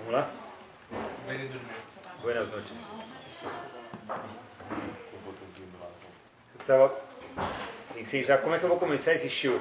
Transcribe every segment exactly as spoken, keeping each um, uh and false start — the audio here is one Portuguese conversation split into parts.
Vamos lá? Buenas noches. Eu tava... pensei já como é que eu vou começar esse shiur.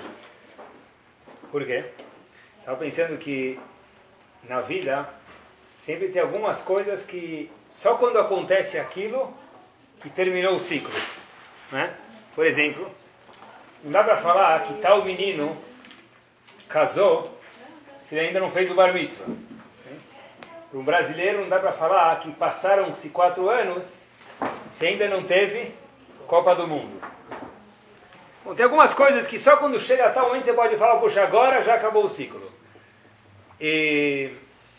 Por quê? Estava pensando que na vida sempre tem algumas coisas que só quando acontece aquilo que terminou o ciclo, né? Por exemplo, não dá para falar que tal menino casou se ele ainda não fez o bar mitzvah. Para um brasileiro não dá para falar que passaram-se quatro anos se ainda não teve Copa do Mundo. Bom, tem algumas coisas que só quando chega a tal momento você pode falar, puxa, agora já acabou o ciclo. E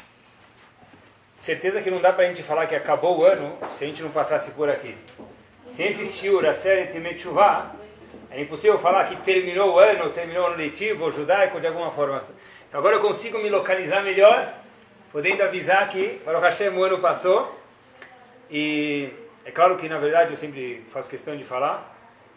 certeza que não dá para a gente falar que acabou o ano se a gente não passasse por aqui. Se esse shiur, a série Temet Shuvah, é impossível falar que terminou o ano, terminou o ano letivo, ou judaico, de alguma forma. Então agora eu consigo me localizar melhor, podendo avisar que, Baruch Hashem, o ano passou. E é claro que, na verdade, eu sempre faço questão de falar.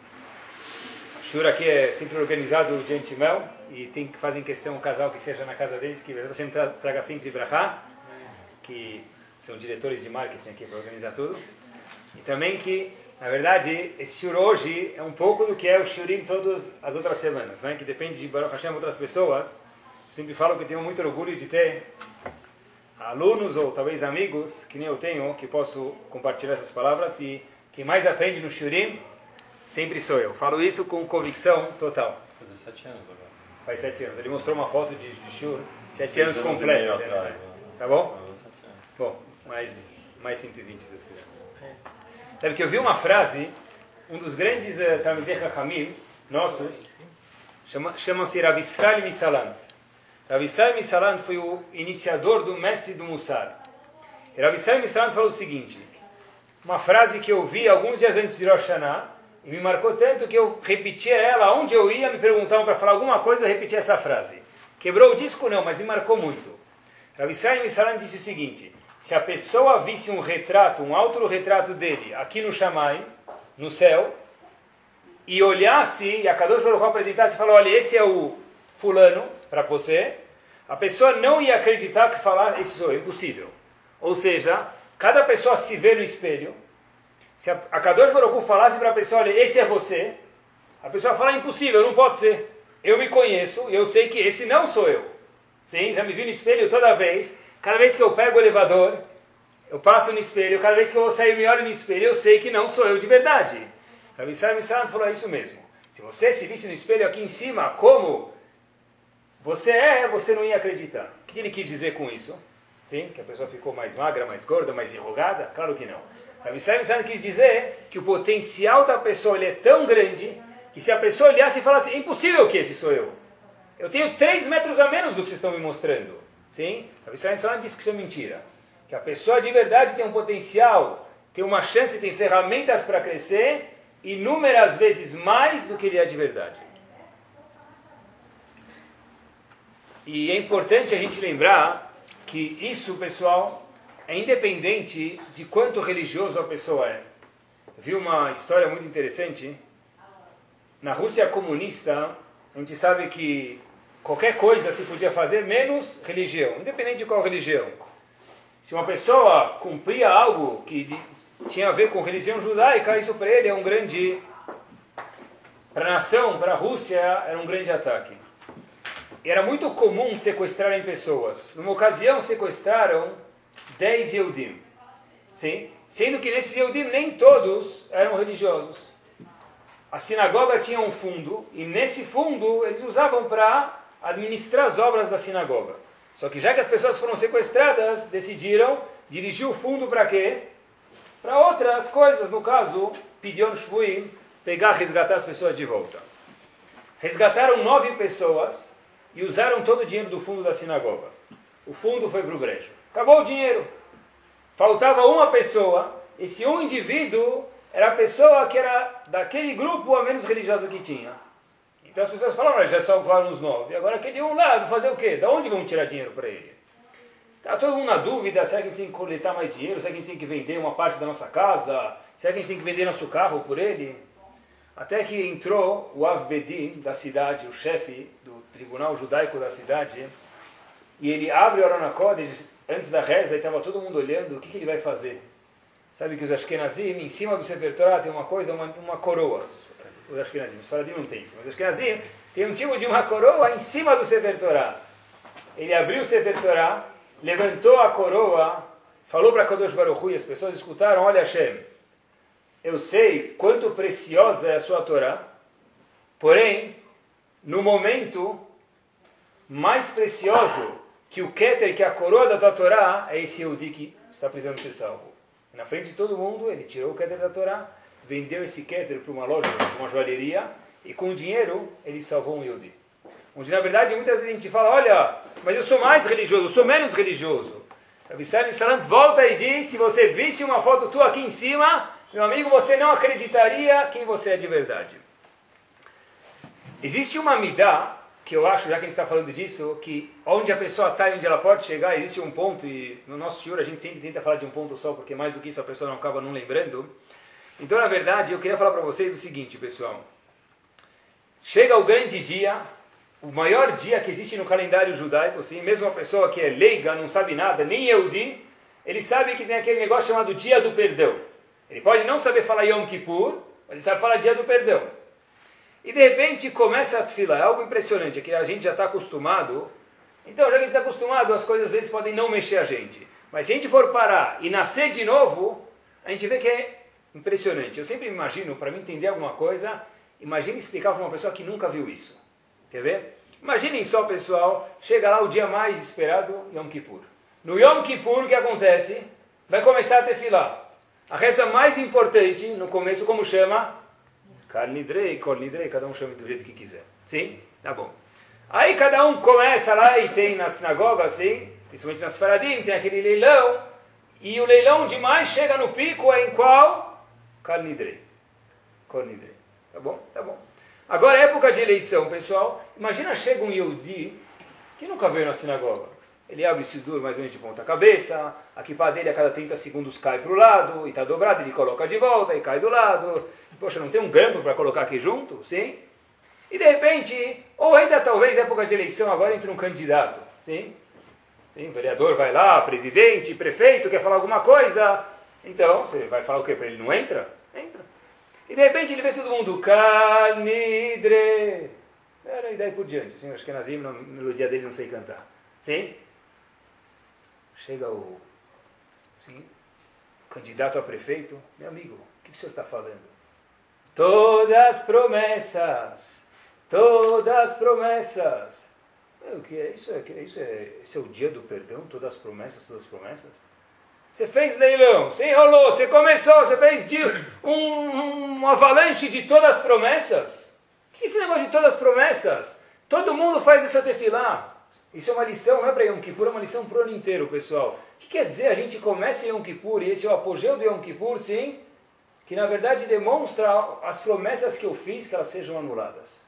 O shiur aqui é sempre organizado de antemão, e tem que fazer questão um casal que seja na casa deles, que Hashem traga sempre brachá, que são diretores de marketing aqui para organizar tudo. E também que, na verdade, esse shiur hoje é um pouco do que é o shiurim todas as outras semanas, né? Que depende de Baruch Hashem outras pessoas. Eu sempre falo que eu tenho muito orgulho de ter alunos ou talvez amigos, que nem eu tenho, que posso compartilhar essas palavras, e quem mais aprende no shiurim sempre sou eu. Falo isso com convicção total. Faz sete anos agora. Faz sete anos. Ele mostrou uma foto de, de shiur, sete Seis anos anos completos. E meio atrás, né? né? Tá bom? Sete anos. Bom, mais, mais cento e vinte, se Deus quiser. Sabe que eu vi uma frase, um dos grandes uh, Talmidei Chachamim nossos, chama, chamam-se Rav Israel Misalant. Rav Israel Misalant foi o iniciador do mestre do Mussar. E Rav Israel Misalant falou o seguinte, uma frase que eu vi alguns dias antes de Rosh Hashanah, e me marcou tanto que eu repetia ela, onde eu ia, me perguntavam para falar alguma coisa, eu repetia essa frase. Quebrou o disco? Não, mas me marcou muito. Rav Israel Misalant disse o seguinte, se a pessoa visse um retrato, um autorretrato dele aqui no Shammai, no céu, e olhasse, e a Kadosh Baruch Hu apresentasse e falou, olha, esse é o fulano para você, a pessoa não ia acreditar que falar, esse sou eu, impossível. Ou seja, cada pessoa se vê no espelho, se a Kadosh Baruch Hu falasse para a pessoa, olha, esse é você, a pessoa fala, impossível, não pode ser. Eu me conheço, e eu sei que esse não sou eu. Sim, já me vi no espelho toda vez. Cada vez que eu pego o elevador, eu passo no espelho, cada vez que eu vou sair, eu me olho no espelho, eu sei que não sou eu de verdade. Rav Israel Misalant falou isso mesmo. Se você se visse no espelho aqui em cima, como você é, você não ia acreditar. O que ele quis dizer com isso? Sim, que a pessoa ficou mais magra, mais gorda, mais enrugada? Claro que não. Rav Israel Misalant quis dizer que o potencial da pessoa ele é tão grande, que se a pessoa olhasse e falasse, é impossível que esse sou eu. Eu tenho três metros a menos do que vocês estão me mostrando. Sim? A Israel disse que isso é mentira. Que a pessoa de verdade tem um potencial, tem uma chance, tem ferramentas para crescer, inúmeras vezes mais do que ele é de verdade. E é importante a gente lembrar que isso, pessoal, é independente de quanto religioso a pessoa é. Eu vi uma história muito interessante. Na Rússia comunista, a gente sabe que qualquer coisa se podia fazer, menos religião, independente de qual religião. Se uma pessoa cumpria algo que tinha a ver com religião judaica, isso para ele é um grande... Para a nação, para a Rússia, era um grande ataque. E era muito comum sequestrarem pessoas. Numa ocasião, sequestraram dez Yehudim. Sim? Sendo que nesses Yehudim nem todos eram religiosos. A sinagoga tinha um fundo, e nesse fundo eles usavam para administrar as obras da sinagoga. Só que já que as pessoas foram sequestradas, decidiram dirigir o fundo para quê? Para outras coisas, no caso, Pidyon Shvuim, pegar, resgatar as pessoas de volta. Resgataram nove pessoas e usaram todo o dinheiro do fundo da sinagoga. O fundo foi para o brejo. Acabou o dinheiro. Faltava uma pessoa, esse um indivíduo era a pessoa que era daquele grupo a menos religioso que tinha. Então as pessoas falaram, já salvaram os nove. Agora aquele um lá, vai fazer o quê? Da onde vamos tirar dinheiro para ele? Está todo mundo na dúvida, será que a gente tem que coletar mais dinheiro? Será que a gente tem que vender uma parte da nossa casa? Será que a gente tem que vender nosso carro por ele? Até que entrou o Av Bedin da cidade, o chefe do tribunal judaico da cidade, e ele abre o Aron HaKodesh, antes da reza, estava todo mundo olhando o que, que ele vai fazer. Sabe que os Ashkenazim, em cima do Sefer Torah, tem uma coisa, uma, uma coroa. Os Ashkenazim, os Faradim não tem isso, mas os Ashkenazim tem um tipo de uma coroa em cima do Sefer Torah. Ele abriu o Sefer Torah, levantou a coroa, falou para Kadosh Baruch Hu, e as pessoas escutaram, olha Hashem, eu sei quanto preciosa é a sua Torá, porém, no momento mais precioso que o Keter, que a coroa da tua Torá, é esse Yehudi que está precisando ser salvo. Na frente de todo mundo, ele tirou o Keter da Torá, vendeu esse Keter para uma loja, para uma joalheria, e com o dinheiro ele salvou um Yehudi. Onde, na verdade, muitas vezes a gente fala, olha, mas eu sou mais religioso, eu sou menos religioso. Rabi Israel Salant volta e diz, se você visse uma foto tua aqui em cima, meu amigo, você não acreditaria quem você é de verdade. Existe uma midá, que eu acho, já que a gente está falando disso, que onde a pessoa está e onde ela pode chegar, existe um ponto, e no nosso shiur a gente sempre tenta falar de um ponto só, porque mais do que isso a pessoa não acaba não lembrando. Então, na verdade, eu queria falar para vocês o seguinte, pessoal. Chega o grande dia, o maior dia que existe no calendário judaico, assim, mesmo uma pessoa que é leiga, não sabe nada, nem Yehudi, ele sabe que tem aquele negócio chamado Dia do Perdão. Ele pode não saber falar Yom Kippur, mas ele sabe falar Dia do Perdão. E de repente começa a tefilá, é algo impressionante, é que a gente já está acostumado, então já que a gente está acostumado, as coisas às vezes podem não mexer a gente. Mas se a gente for parar e nascer de novo, a gente vê que é impressionante. Eu sempre imagino, para mim entender alguma coisa, imagine explicar para uma pessoa que nunca viu isso. Quer ver? Imaginem só, pessoal, chega lá o dia mais esperado, Yom Kippur. No Yom Kippur, o que acontece? Vai começar a tefilá. A reza mais importante, no começo, como chama? Kal Nidrei, Kol Nidrei, cada um chama do jeito que quiser. Sim? Tá bom. Aí cada um começa lá e tem na sinagoga, assim, principalmente nas Faradim, tem aquele leilão, e o leilão demais chega no pico, é em qual? Kal Nidrei. Kol Nidrei. Tá bom? Tá bom. Agora, época de eleição, pessoal, imagina chega um Yehudi que nunca veio na sinagoga. Ele abre o sidur mais ou menos de ponta cabeça, a kippah dele a cada trinta segundos cai para o lado, e está dobrado, ele coloca de volta e cai do lado. Poxa, não tem um grampo para colocar aqui junto? Sim? E de repente, ou ainda talvez época de eleição, agora entra um candidato. Sim? Sim? O vereador vai lá, presidente, prefeito, quer falar alguma coisa. Então, você vai falar o quê para ele? Não entra? Entra. E de repente ele vê todo mundo, Kal Nidre. E daí por diante. Assim, acho que Nazim, na melodia dele, não sei cantar. Sim? Chega o sim, candidato a prefeito, meu amigo, o que o senhor está falando? Todas promessas, todas promessas. O que é isso? É, isso é, esse é o dia do perdão, todas as promessas, todas as promessas? Você fez leilão, você enrolou, você começou, você fez um, um, um avalanche de todas as promessas. O que é esse negócio de todas as promessas? Todo mundo faz essa tefilá. Isso é uma lição, não é para Yom Kippur, é uma lição para o ano inteiro, pessoal. O que quer dizer? A gente começa em Yom Kippur, e esse é o apogeu do Yom Kippur, sim, que na verdade demonstra as promessas que eu fiz, que elas sejam anuladas.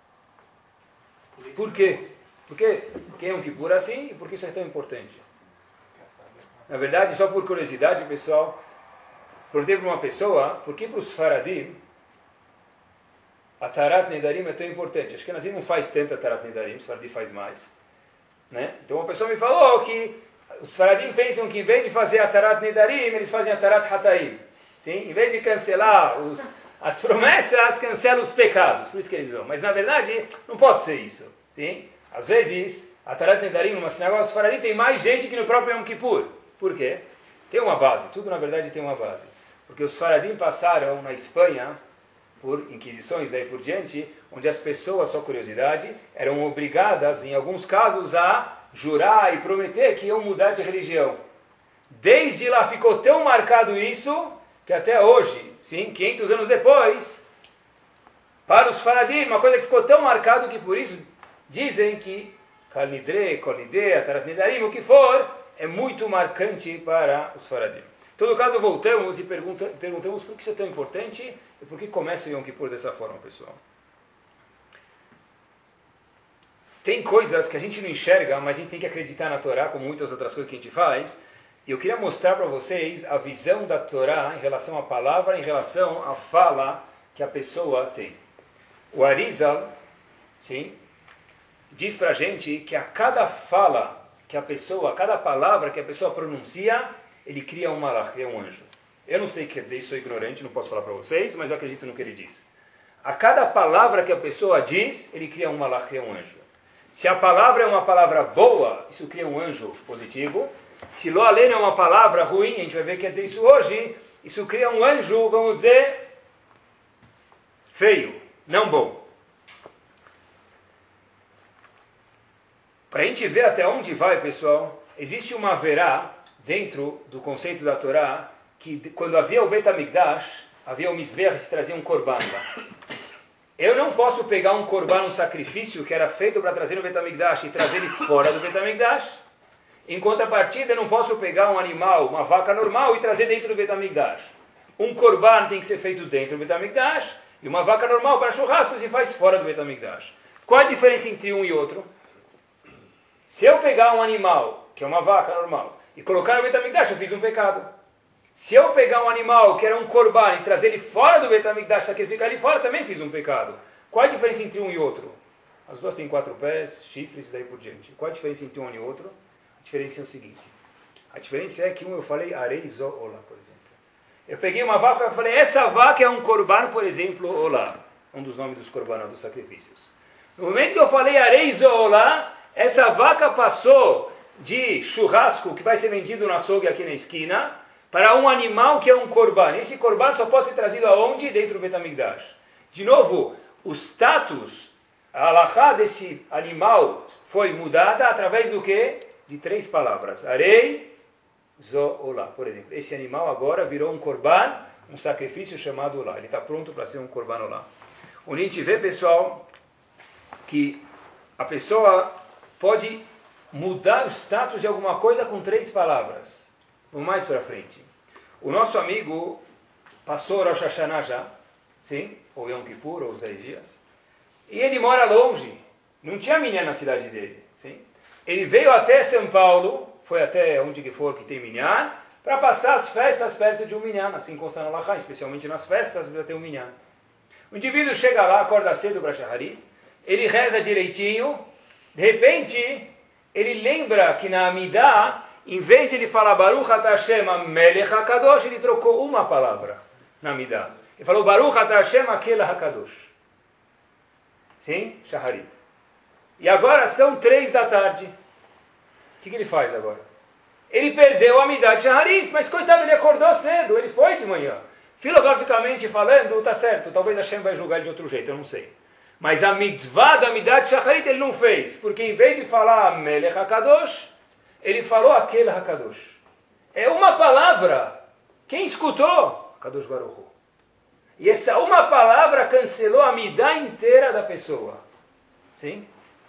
Por quê? Por quê? Porque Yom Kippur é assim e por que isso é tão importante? Na verdade, só por curiosidade, pessoal, perguntei para uma pessoa, por que para os Faradim a Tarat Nedarim é tão importante? Acho que a Nazim não faz tanto a Tarat Nedarim, os Faradim faz mais. Né? Então uma pessoa me falou que os Faradim pensam que em vez de fazer a Tarat Nedarim, eles fazem a Tarat Hataim. Sim? Em vez de cancelar os, as promessas, cancelam os pecados. Por isso que eles vão. Mas na verdade, não pode ser isso. Sim? Às vezes, a Tarat Nedarim, numa sinagoga dos Faradim, tem mais gente que no próprio Yom Kippur. Por quê? Tem uma base. Tudo na verdade tem uma base. Porque os Faradim passaram na Espanha por inquisições daí por diante, onde as pessoas, só curiosidade, eram obrigadas, em alguns casos, a jurar e prometer que iam mudar de religião. Desde lá ficou tão marcado isso, que até hoje, sim, quinhentos anos depois, para os Faradim, uma coisa que ficou tão marcado que por isso dizem que Kal Nidre, Kol Nidre, Tarat Nedarim, o que for, é muito marcante para os Faradim. Em todo caso, voltamos e pergunta, perguntamos por que isso é tão importante e por que começa o Yom Kippur dessa forma, pessoal. Tem coisas que a gente não enxerga, mas a gente tem que acreditar na Torá, como muitas outras coisas que a gente faz. E eu queria mostrar para vocês a visão da Torá em relação à palavra, em relação à fala que a pessoa tem. O Arizal, sim, diz para a gente que a cada fala que a pessoa, cada palavra que a pessoa pronuncia, ele cria um malach, cria um anjo. Eu não sei o que quer dizer isso, sou ignorante, não posso falar para vocês, mas eu acredito no que ele diz. A cada palavra que a pessoa diz, ele cria um malach, cria um anjo. Se a palavra é uma palavra boa, isso cria um anjo positivo. Se lo aleno é uma palavra ruim, a gente vai ver que quer dizer isso hoje, isso cria um anjo, vamos dizer, feio, não bom. Para a gente ver até onde vai, pessoal, existe uma verá dentro do conceito da Torá, que quando havia o Bet HaMikdash, havia o Mizbeach, se trazia um korban lá. Eu não posso pegar um korban, um sacrifício que era feito para trazer no Bet HaMikdash e trazer ele fora do Bet HaMikdash. Em contrapartida, eu não posso pegar um animal, uma vaca normal e trazer dentro do Bet HaMikdash. Um korban tem que ser feito dentro do Bet HaMikdash e uma vaca normal para churrasco se faz fora do Bet HaMikdash. Qual a diferença entre um e outro? Se eu pegar um animal, que é uma vaca normal, e colocar no Bet HaMikdash, eu fiz um pecado. Se eu pegar um animal que era um korban e trazer ele fora do Bet HaMikdash, sacrificar ele fora, também fiz um pecado. Qual a diferença entre um e outro? As duas têm quatro pés, chifres e daí por diante. Qual a diferença entre um e outro? A diferença é o seguinte. A diferença é que um eu falei arei zo olá, por exemplo. Eu peguei uma vaca e falei, essa vaca é um korban, por exemplo, olá. Um dos nomes dos korbanot, dos sacrifícios. No momento que eu falei arei zo olá, essa vaca passou de churrasco que vai ser vendido no açougue aqui na esquina para um animal que é um korban. Esse korban só pode ser trazido aonde? Dentro do Bet HaMikdash. De novo, o status, a halachá desse animal foi mudada através do quê? De três palavras. Arei, zo, olá. Por exemplo, esse animal agora virou um korban, um sacrifício chamado olá. Ele está pronto para ser um korban olá. Onde a gente vê, pessoal, que a pessoa pode mudar o status de alguma coisa com três palavras. Vamos mais para frente. O nosso amigo passou Rosh Hashanah já, sim, ou Yom Kippur, ou os dez dias, e ele mora longe, não tinha minyan na cidade dele, sim. Ele veio até São Paulo, foi até onde que for que tem minyan, para passar as festas perto de um minyan, assim consta na Halachá, especialmente nas festas, vai ter um minyan. O indivíduo chega lá, acorda cedo para Shaharit, ele reza direitinho, de repente, ele lembra que na Amidah, em vez de ele falar Baruch Atah Hashem Melech HaKadosh, ele trocou uma palavra na Amidah. Ele falou Baruch Atah Hashem Akelah HaKadosh. Sim? Shaharit. E agora são três da tarde. O que, que ele faz agora? Ele perdeu a Amidah de Shaharit, mas coitado, ele acordou cedo, ele foi de manhã. Filosoficamente falando, está certo, talvez Hashem vai julgar ele de outro jeito, eu não sei. Mas a mitzvah da Amidah de Shaharit ele não fez, porque em vez de falar Melech HaKadosh, ele falou aquele HaKadosh. É uma palavra. Quem escutou? Kadosh Baruch Hu. E essa uma palavra cancelou a Midah inteira da pessoa. Sim?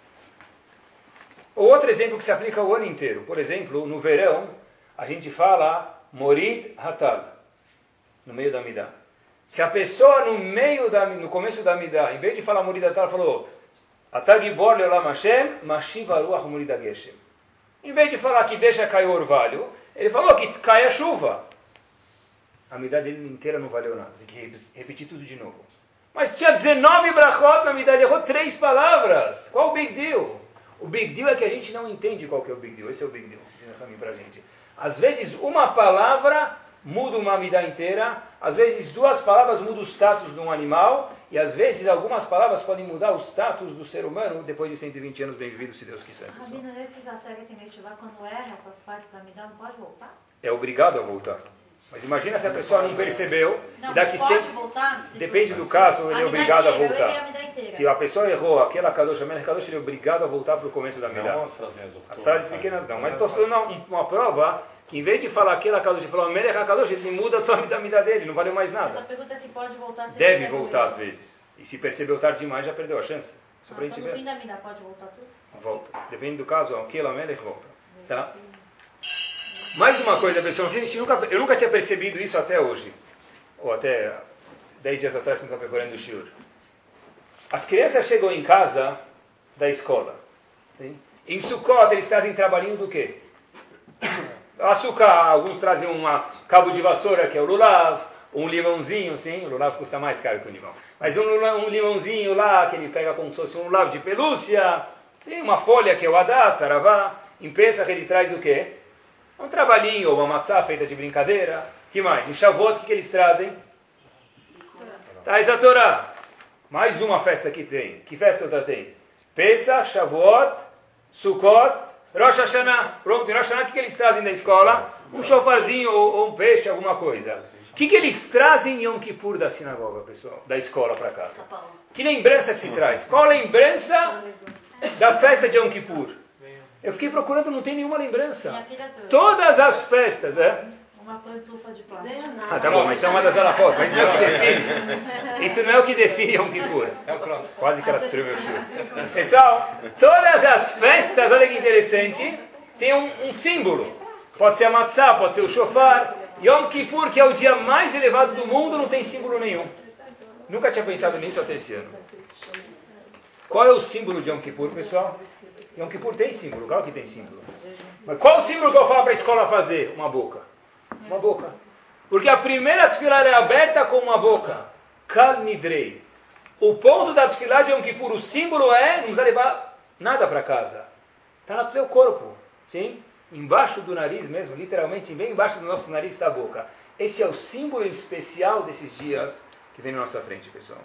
Outro exemplo que se aplica o ano inteiro. Por exemplo, no verão, a gente fala Morid Hatal, no meio da Midah. Se a pessoa no meio da, no começo da Midah, em vez de falar Morid Hatal, falou Atagibor Leolam Hashem, Mashiv Aruach Morid Hageshem. Em vez de falar que deixa cair o orvalho, ele falou que cai a chuva. A Amidah dele inteira não valeu nada. Tem que repetir tudo de novo. Mas tinha dezenove brachot na Amidah, ele errou três palavras. Qual o big deal? O big deal é que a gente não entende qual que é o big deal. Esse é o big deal, para a gente. Às vezes, uma palavra muda uma Amidah inteira. Às vezes, duas palavras mudam o status de um animal. E às vezes, algumas palavras podem mudar o status do ser humano depois de cento e vinte anos bem-vividos, se Deus quiser. Rabino, nesses assédios que tem lá, quando erra essas partes da Amidah, não pode voltar? É obrigado a voltar. Mas imagina se a pessoa não percebeu. Não, e daqui pode sempre... voltar? Depende do caso, ele é obrigado a voltar. A Se a pessoa errou aquela Kadosh, a Kadosh, ele é obrigado a voltar para o começo da Amidah. As frases pequenas não. Mas estou falando uma, uma prova que em vez de falar aquela Kadosh e falar Melech HaKadosh, ele muda a Amidah dele, não valeu mais nada. A pergunta é se pode voltar. Se Deve voltar às vezes. E se percebeu tarde demais, já perdeu a chance. Só ah, pra gente então ver. No fim da Amidah pode voltar tudo? Volta. Depende do caso, aquela Melech volta. Tá? Mais uma coisa, pessoal, a gente nunca, eu nunca tinha percebido isso até hoje, ou até dez dias atrás, quando estava preparando o shiur. As crianças chegam em casa da escola. Sim? Em Sukkot, eles trazem trabalhinho do quê? Açúcar, alguns trazem um cabo de vassoura, que é o lulav, um limãozinho, sim, o lulav custa mais caro que o limão, mas um, um limãozinho lá, que ele pega como se fosse um lulav de pelúcia, sim, uma folha que é o adá, saravá. Em Pesach ele traz o quê? Um trabalhinho, ou uma matzá feita de brincadeira. Que mais? Em Shavuot, o que, que eles trazem? Traz a Torá. Mais uma festa que tem. Que festa outra tem? Pesach, Shavuot, Sukkot, Rosh Hashanah. Pronto, em Rosh Hashanah o que, que eles trazem da escola? Um chofarzinho ou, ou um peixe, alguma coisa. O que, que eles trazem em Yom Kippur da sinagoga, pessoal? Da escola para casa? Que lembrança que se traz? Qual a lembrança da festa de Yom Kippur? Eu fiquei procurando, não tem nenhuma lembrança. Todas as festas, né? Uma pantufa de plástico. Ah, tá bom, mas isso é uma das alafot, mas isso não é o que define. Isso não é o que define Yom Kippur. Quase que ela destruiu meu chute. Pessoal, todas as festas, olha que interessante, tem um, um símbolo. Pode ser a matzá, pode ser o shofar. Yom Kippur, que é o dia mais elevado do mundo, não tem símbolo nenhum. Nunca tinha pensado nisso até esse ano. Qual é o símbolo de Yom Kippur, pessoal? Yom Kippur tem símbolo, claro que tem símbolo. Mas qual o símbolo que eu falo para a escola fazer? Uma boca. Uma boca. Porque a primeira tefilá é aberta com uma boca. Kal nidrei. O ponto da tefilá de Yom Kippur, o símbolo é, não precisa levar nada para casa. Está no teu corpo. Sim? Embaixo do nariz mesmo, literalmente, bem embaixo do nosso nariz está a boca. Esse é o símbolo especial desses dias que vem na nossa frente, pessoal.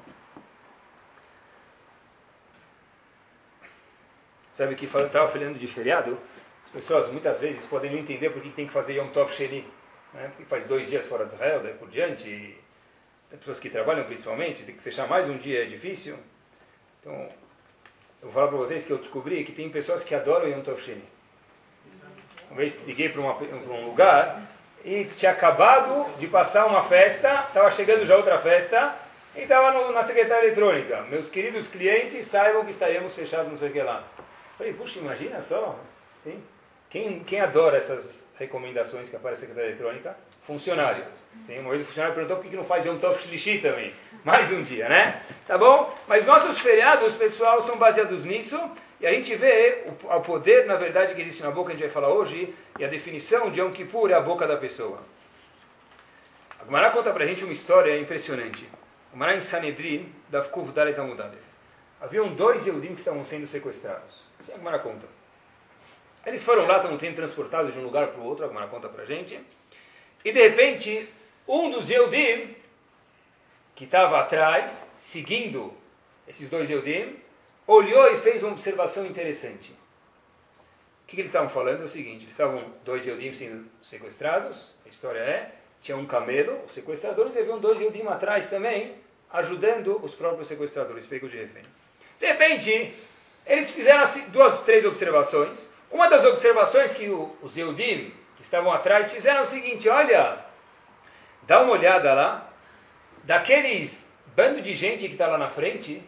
Sabe que eu estava falando de feriado? As pessoas muitas vezes podem não entender por que tem que fazer Yom Tov Sheni. Né? Porque faz dois dias fora de Israel, daí por diante. E tem pessoas que trabalham principalmente, tem que fechar mais um dia, é difícil. Então, eu vou falar para vocês que eu descobri que tem pessoas que adoram Yom Tov Sheni. Uma vez liguei para um lugar e tinha acabado de passar uma festa, estava chegando já outra festa, e estava na secretária eletrônica. Meus queridos clientes, saibam que estaremos fechados, não sei o que lá. Falei, puxa, imagina só. Sim? Quem, quem adora essas recomendações que aparecem na secretária eletrônica? Funcionário. Tem uma vez o funcionário perguntou por que não faz Yom Tov Shlishi também. Mais um dia, né? Tá bom? Mas nossos feriados, pessoal, são baseados nisso. E a gente vê o, o poder, na verdade, que existe na boca, a gente vai falar hoje. E a definição de Yom Kippur é a boca da pessoa. A Gemara conta pra gente uma história impressionante. A Gemara em Sanedrin, da Fkuv Dalet Amud Aleph. Haviam dois Yehudim que estavam sendo sequestrados. Assim a Gemara conta. Eles foram lá, estavam sendo transportados de um lugar para o outro, a Gemara conta pra gente. E de repente, um dos Yehudim, que estava atrás, seguindo esses dois Yehudim, olhou e fez uma observação interessante. O que, que eles estavam falando? É o seguinte, estavam dois Yehudim sendo sequestrados, a história é, tinha um camelo, os sequestradores, e haviam dois Yehudim atrás também, ajudando os próprios sequestradores, pegos de refém. De repente, eles fizeram assim, duas, três observações. Uma das observações que o, os Yehudim, que estavam atrás, fizeram é o seguinte, olha, dá uma olhada lá, daqueles bando de gente que está lá na frente,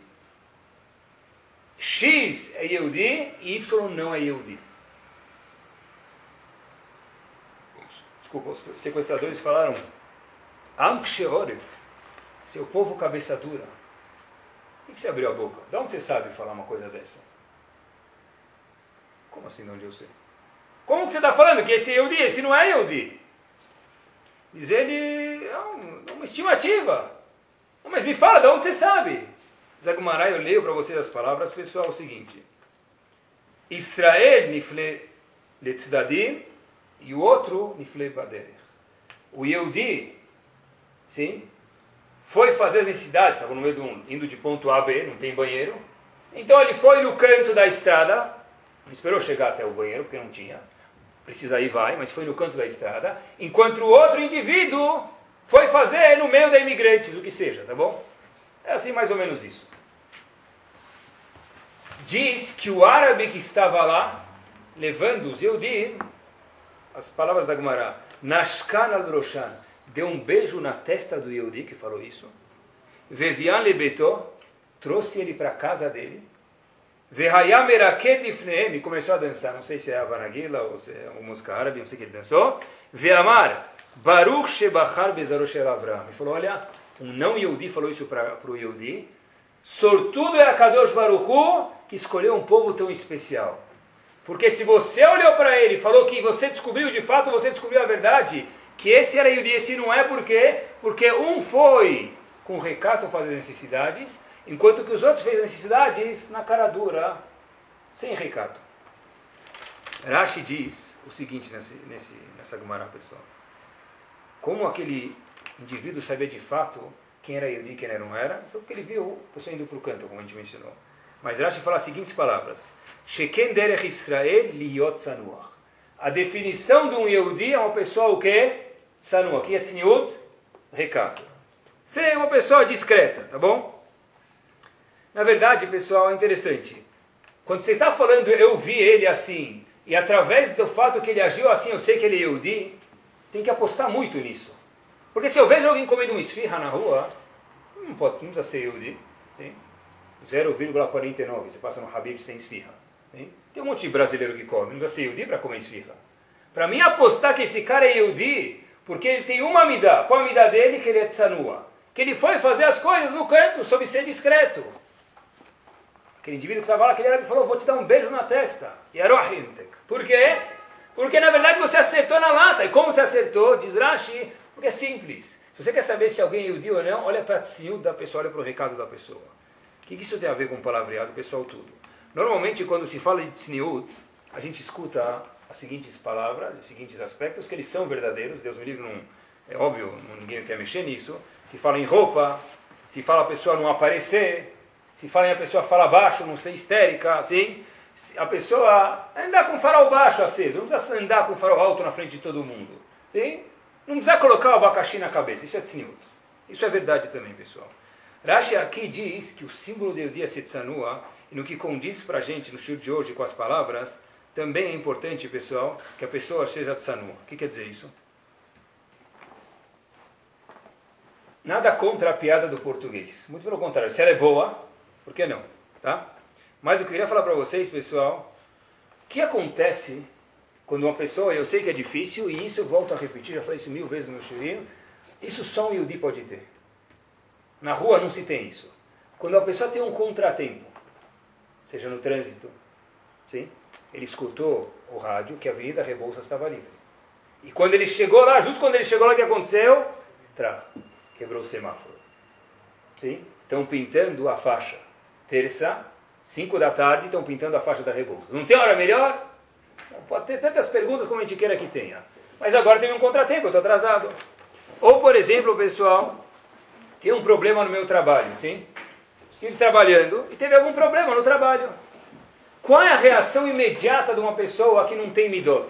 X é Yehudi e Y não é Yehudi. Desculpa, os sequestradores falaram, Am Sheoref, seu povo cabeça dura. Por que você abriu a boca? De onde você sabe falar uma coisa dessa? Como assim, de onde eu sei? Como que você está falando que esse é Yehudi, esse não é Yehudi? Diz ele, é um, uma estimativa. Não, mas me fala, de onde você sabe? Zagmará, eu leio para vocês as palavras, pessoal, é o seguinte. Israel nifle letzdadim e o outro nifle baderech. O Yehudi, sim, foi fazer as necessidades, estava no meio de um, indo de ponto A a B, não tem banheiro. Então ele foi no canto da estrada, não esperou chegar até o banheiro, porque não tinha. Precisa ir, vai, mas foi no canto da estrada. Enquanto o outro indivíduo foi fazer no meio da imigrantes, o que seja, tá bom? É assim mais ou menos isso. Diz que o árabe que estava lá, levando os Yehudim, as palavras da Gemara, Nashkan al-Roshan, deu um beijo na testa do Yehudi, que falou isso. Vevian lebeto, trouxe ele para a casa dele. Vehayam eraket lifnehem, e começou a dançar. Não sei se é a Vanagila ou se é uma música árabe, não sei o que ele dançou. Veamar, Baruch shebachar bezarosh el Avram. Ele falou, olha, um não Yehudi falou isso para o Yehudi. Sortudo é a Kadosh Baruch Hu, que escolheu um povo tão especial. Porque se você olhou para ele e falou que você descobriu, de fato você descobriu a verdade, que esse era Yehudi, esse não é, por quê? Porque um foi com recato fazer necessidades, enquanto que os outros fez necessidades na cara dura, sem recato. Rashi diz o seguinte nesse, nesse, nessa Gemara, pessoal. Como aquele indivíduo sabia de fato quem era Yehudi e quem não era, então porque ele viu o pessoal indo para o canto, como a gente mencionou. Mas Rashi fala as seguintes palavras. Sheken derech Israel liyot tzanuach. A definição de um Yehudi é uma pessoa o quê? Tzanuach. Aqui é tzniut, recato. Ser uma pessoa discreta, tá bom? Na verdade, pessoal, é interessante. Quando você está falando, eu vi ele assim, e através do fato que ele agiu assim, eu sei que ele é Yehudi, tem que apostar muito nisso. Porque se eu vejo alguém comendo um esfirra na rua, não pode, não precisa ser Yehudi. zero vírgula quarenta e nove, você passa no Habib, você tem esfirra. Sim? Tem um monte de brasileiro que come, não precisa ser Yehudi para comer esfirra. Para mim, apostar que esse cara é Yehudi, porque ele tem uma amidá. Qual a amidá dele? Que ele é tzanua. Que ele foi fazer as coisas no canto, sob ser discreto. Aquele indivíduo que estava lá, aquele árabe falou, vou te dar um beijo na testa. Por quê? Porque na verdade você acertou na lata. E como você acertou? Diz Rashi, porque é simples. Se você quer saber se alguém é Yehudi ou não, olha para a tzniut da pessoa, olha para o recado da pessoa. O que isso tem a ver com o palavreado, pessoal, tudo? Normalmente, quando se fala de tzniut, a gente escuta as seguintes palavras, os seguintes aspectos, que eles são verdadeiros. Deus me livre, não, é óbvio, ninguém quer mexer nisso. Se fala em roupa, se fala a pessoa não aparecer, se fala em a pessoa falar baixo, não ser histérica, assim. A pessoa andar com o farol baixo aceso, não precisa andar com o farol alto na frente de todo mundo. Sim? Não precisa colocar o abacaxi na cabeça, isso é tzniut. Isso é verdade também, pessoal. Rashi aqui diz que o símbolo de Yehudi é ser tzanua, e no que condiz para a gente no estudo de hoje com as palavras, também é importante, pessoal, que a pessoa seja tzanua. O que quer dizer isso? Nada contra a piada do português. Muito pelo contrário, se ela é boa, por que não? Tá? Mas eu queria falar para vocês, pessoal, o que acontece quando uma pessoa, eu sei que é difícil, e isso eu volto a repetir, já falei isso mil vezes no meu shirim, isso só um Yehudi pode ter. Na rua não se tem isso. Quando a pessoa tem um contratempo, seja no trânsito, sim? Ele escutou o rádio que a Avenida Rebouças estava livre. E quando ele chegou lá, justo quando ele chegou lá, o que aconteceu? Trá, quebrou o semáforo. Sim? Estão pintando a faixa. Terça, cinco da tarde, estão pintando a faixa da Rebouças. Não tem hora melhor? Pode ter tantas perguntas como a gente queira que tenha. Mas agora teve um contratempo, eu estou atrasado. Ou, por exemplo, pessoal, tem um problema no meu trabalho, sim? Estive trabalhando e teve algum problema no trabalho. Qual é a reação imediata de uma pessoa que não tem midot?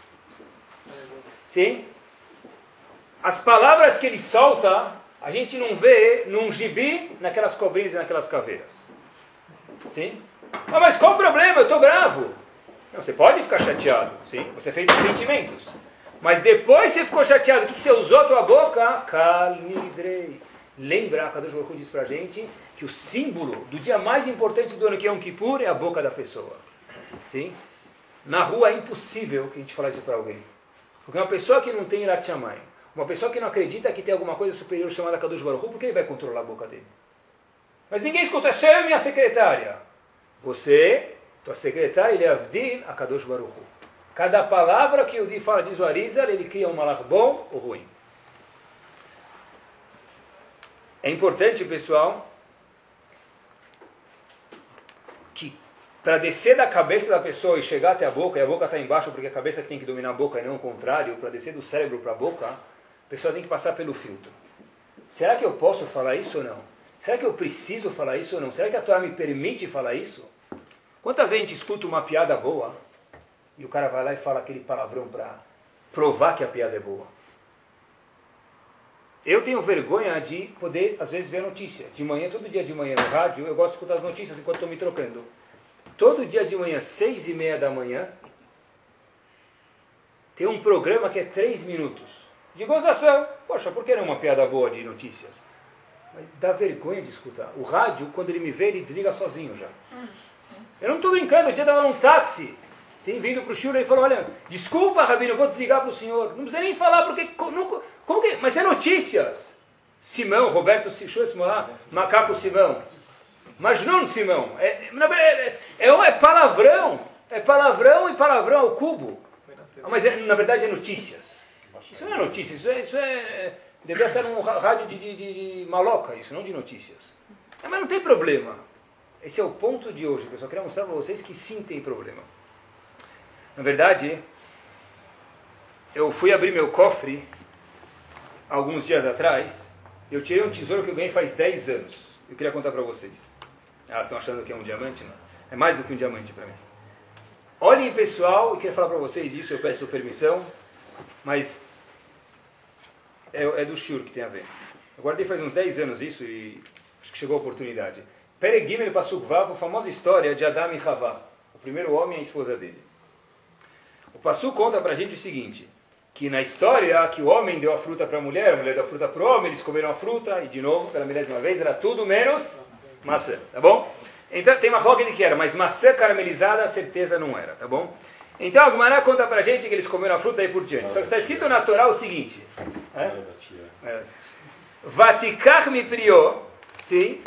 Sim? As palavras que ele solta, a gente não vê num gibi, naquelas cobrinhas e naquelas caveiras. Sim? Ah, mas qual o problema? Eu estou bravo. Não, você pode ficar chateado, sim? Você fez sentimentos. Mas depois você ficou chateado, o que você usou a tua boca? Kalnidrei. Lembra, a Kadosh Baruch Hu diz para a gente que o símbolo do dia mais importante do ano, que é Yom Kippur, é a boca da pessoa. Sim? Na rua é impossível que a gente fale isso para alguém. Porque uma pessoa que não tem Irat Shamayim, uma pessoa que não acredita que tem alguma coisa superior chamada Kadosh Baruch Hu, por que ele vai controlar a boca dele? Mas ninguém escuta, é só eu e minha secretária. Você, tua secretária, ele é Avdil a Kadosh Baruch Hu. Cada palavra que o Di fala, diz o Arizal, ele cria um malach bom ou ruim. É importante, pessoal, que para descer da cabeça da pessoa e chegar até a boca, e a boca está embaixo porque a cabeça que tem que dominar a boca e não o contrário, para descer do cérebro para a boca, a pessoa tem que passar pelo filtro. Será que eu posso falar isso ou não? Será que eu preciso falar isso ou não? Será que a Torá me permite falar isso? Quantas vezes a gente escuta uma piada boa e o cara vai lá e fala aquele palavrão para provar que a piada é boa? Eu tenho vergonha de poder, às vezes, ver notícia. De manhã, todo dia de manhã no rádio, eu gosto de escutar as notícias enquanto estou me trocando. Todo dia de manhã, seis e meia da manhã, tem um programa que é três minutos. De gozação. Poxa, por que não uma piada boa de notícias? Mas dá vergonha de escutar. O rádio, quando ele me vê, ele desliga sozinho já. Eu não estou brincando. Um dia eu estava num táxi, sim, vindo para o Shura, ele falou, olha, desculpa, Rabino, eu vou desligar para o senhor. Não precisa nem falar, porque... Não, como que, mas é notícias. Simão, Roberto Simão, Macaco Simão. Majnun Simão. É, é, é, é palavrão. É palavrão e palavrão ao cubo. Mas é, na verdade é notícias. Isso não é notícia, isso é... Isso é devia estar num rádio de, de, de, de maloca, isso, não de notícias. É, mas não tem problema. Esse é o ponto de hoje, pessoal. Eu queria mostrar para vocês que sim tem problema. Na verdade, eu fui abrir meu cofre alguns dias atrás. Eu tirei um tesouro que eu ganhei faz dez anos. Eu queria contar para vocês. Ah, estão achando que é um diamante? Não. É mais do que um diamante para mim. Olhem, pessoal, e queria falar para vocês isso, eu peço permissão, mas é, é do Shur que tem a ver. Eu guardei faz uns dez anos isso e acho que chegou a oportunidade. Perek Gimel Pasuk Vav, a famosa história de Adam e Havá, o primeiro homem e a esposa dele. O Pasuk conta para a gente o seguinte, que na história que o homem deu a fruta para a mulher, a mulher deu a fruta para o homem, eles comeram a fruta, e de novo, pela milésima vez, era tudo menos maçã, tá bom? Então tem uma roca de que era, mas maçã caramelizada a certeza não era, tá bom? Então a Gemara conta pra gente que eles comeram a fruta e por diante. Só que está escrito na Torá o seguinte: é? Vatikach mi prió, sim?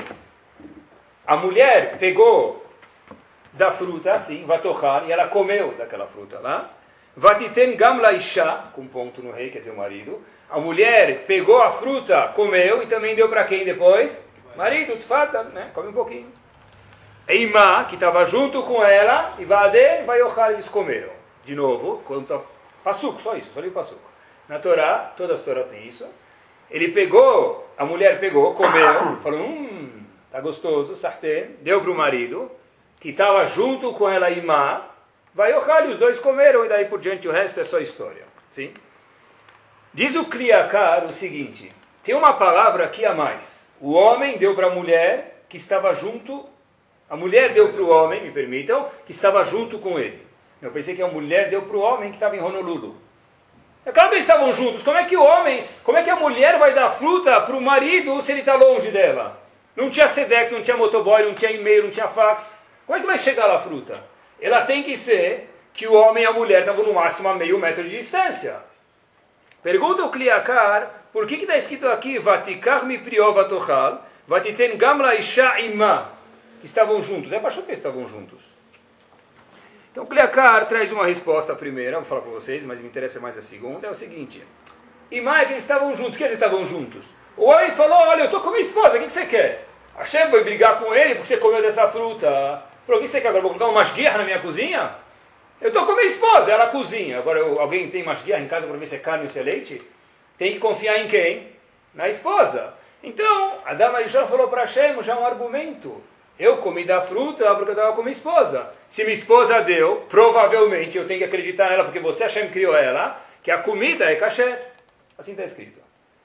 A mulher pegou da fruta, sim, vatochar, e ela comeu daquela fruta lá. Vatiten gam laisha, com ponto no rei, quer dizer o marido. A mulher pegou a fruta, comeu e também deu para quem depois? Marido, tfata, né? Come um pouquinho. Eimá, que estava junto com ela, e Vader, vai Yochar, eles comeram. De novo, quanto a Passuco, só isso, só li o Passuco. Na Torá, todas as Torá tem isso. Ele pegou, a mulher pegou, comeu, falou, hum, tá gostoso, sartê, deu para o marido, que estava junto com ela, Eimá, vai Yochar, e os dois comeram, e daí por diante o resto é só história. Sim? Diz o Kliakar o seguinte, tem uma palavra aqui a mais. O homem deu para a mulher, que estava junto. A mulher deu para o homem, me permitam, que estava junto com ele. Eu pensei que a mulher deu para o homem que estava em Honolulu. É claro que eles estavam juntos. Como é que o homem, como é que a mulher vai dar fruta para o marido se ele está longe dela? Não tinha Sedex, não tinha motoboy, não tinha e-mail, não tinha fax. Como é que vai chegar lá a fruta? Ela tem que ser que o homem e a mulher estavam no máximo a meio metro de distância. Pergunta o Kliakar, por que está escrito aqui, Vatikach mi prió vatochal, vatiten gam laisha imá? Estavam juntos. É para que estavam juntos. Então, Kliakar traz uma resposta a primeira, vou falar para vocês, mas me interessa mais a segunda, é o seguinte. Imá é que eles estavam juntos. Que eles estavam juntos? O homem falou, olha, eu estou com minha esposa, o que, que você quer? Hashem foi brigar com ele porque você comeu dessa fruta. Falou, o que você quer agora? Vou colocar uma masguerra na minha cozinha? Eu estou com minha esposa, ela cozinha. Agora, eu, alguém tem masguerra em casa para ver se é carne ou se é leite? Tem que confiar em quem? Na esposa. Então, Adam Arishon falou para Hashem, já é um argumento. Eu comi da fruta porque eu estava com minha esposa. Se minha esposa deu, provavelmente eu tenho que acreditar nela, porque você, Hashem, criou ela, que a comida é kasher. Assim está escrito.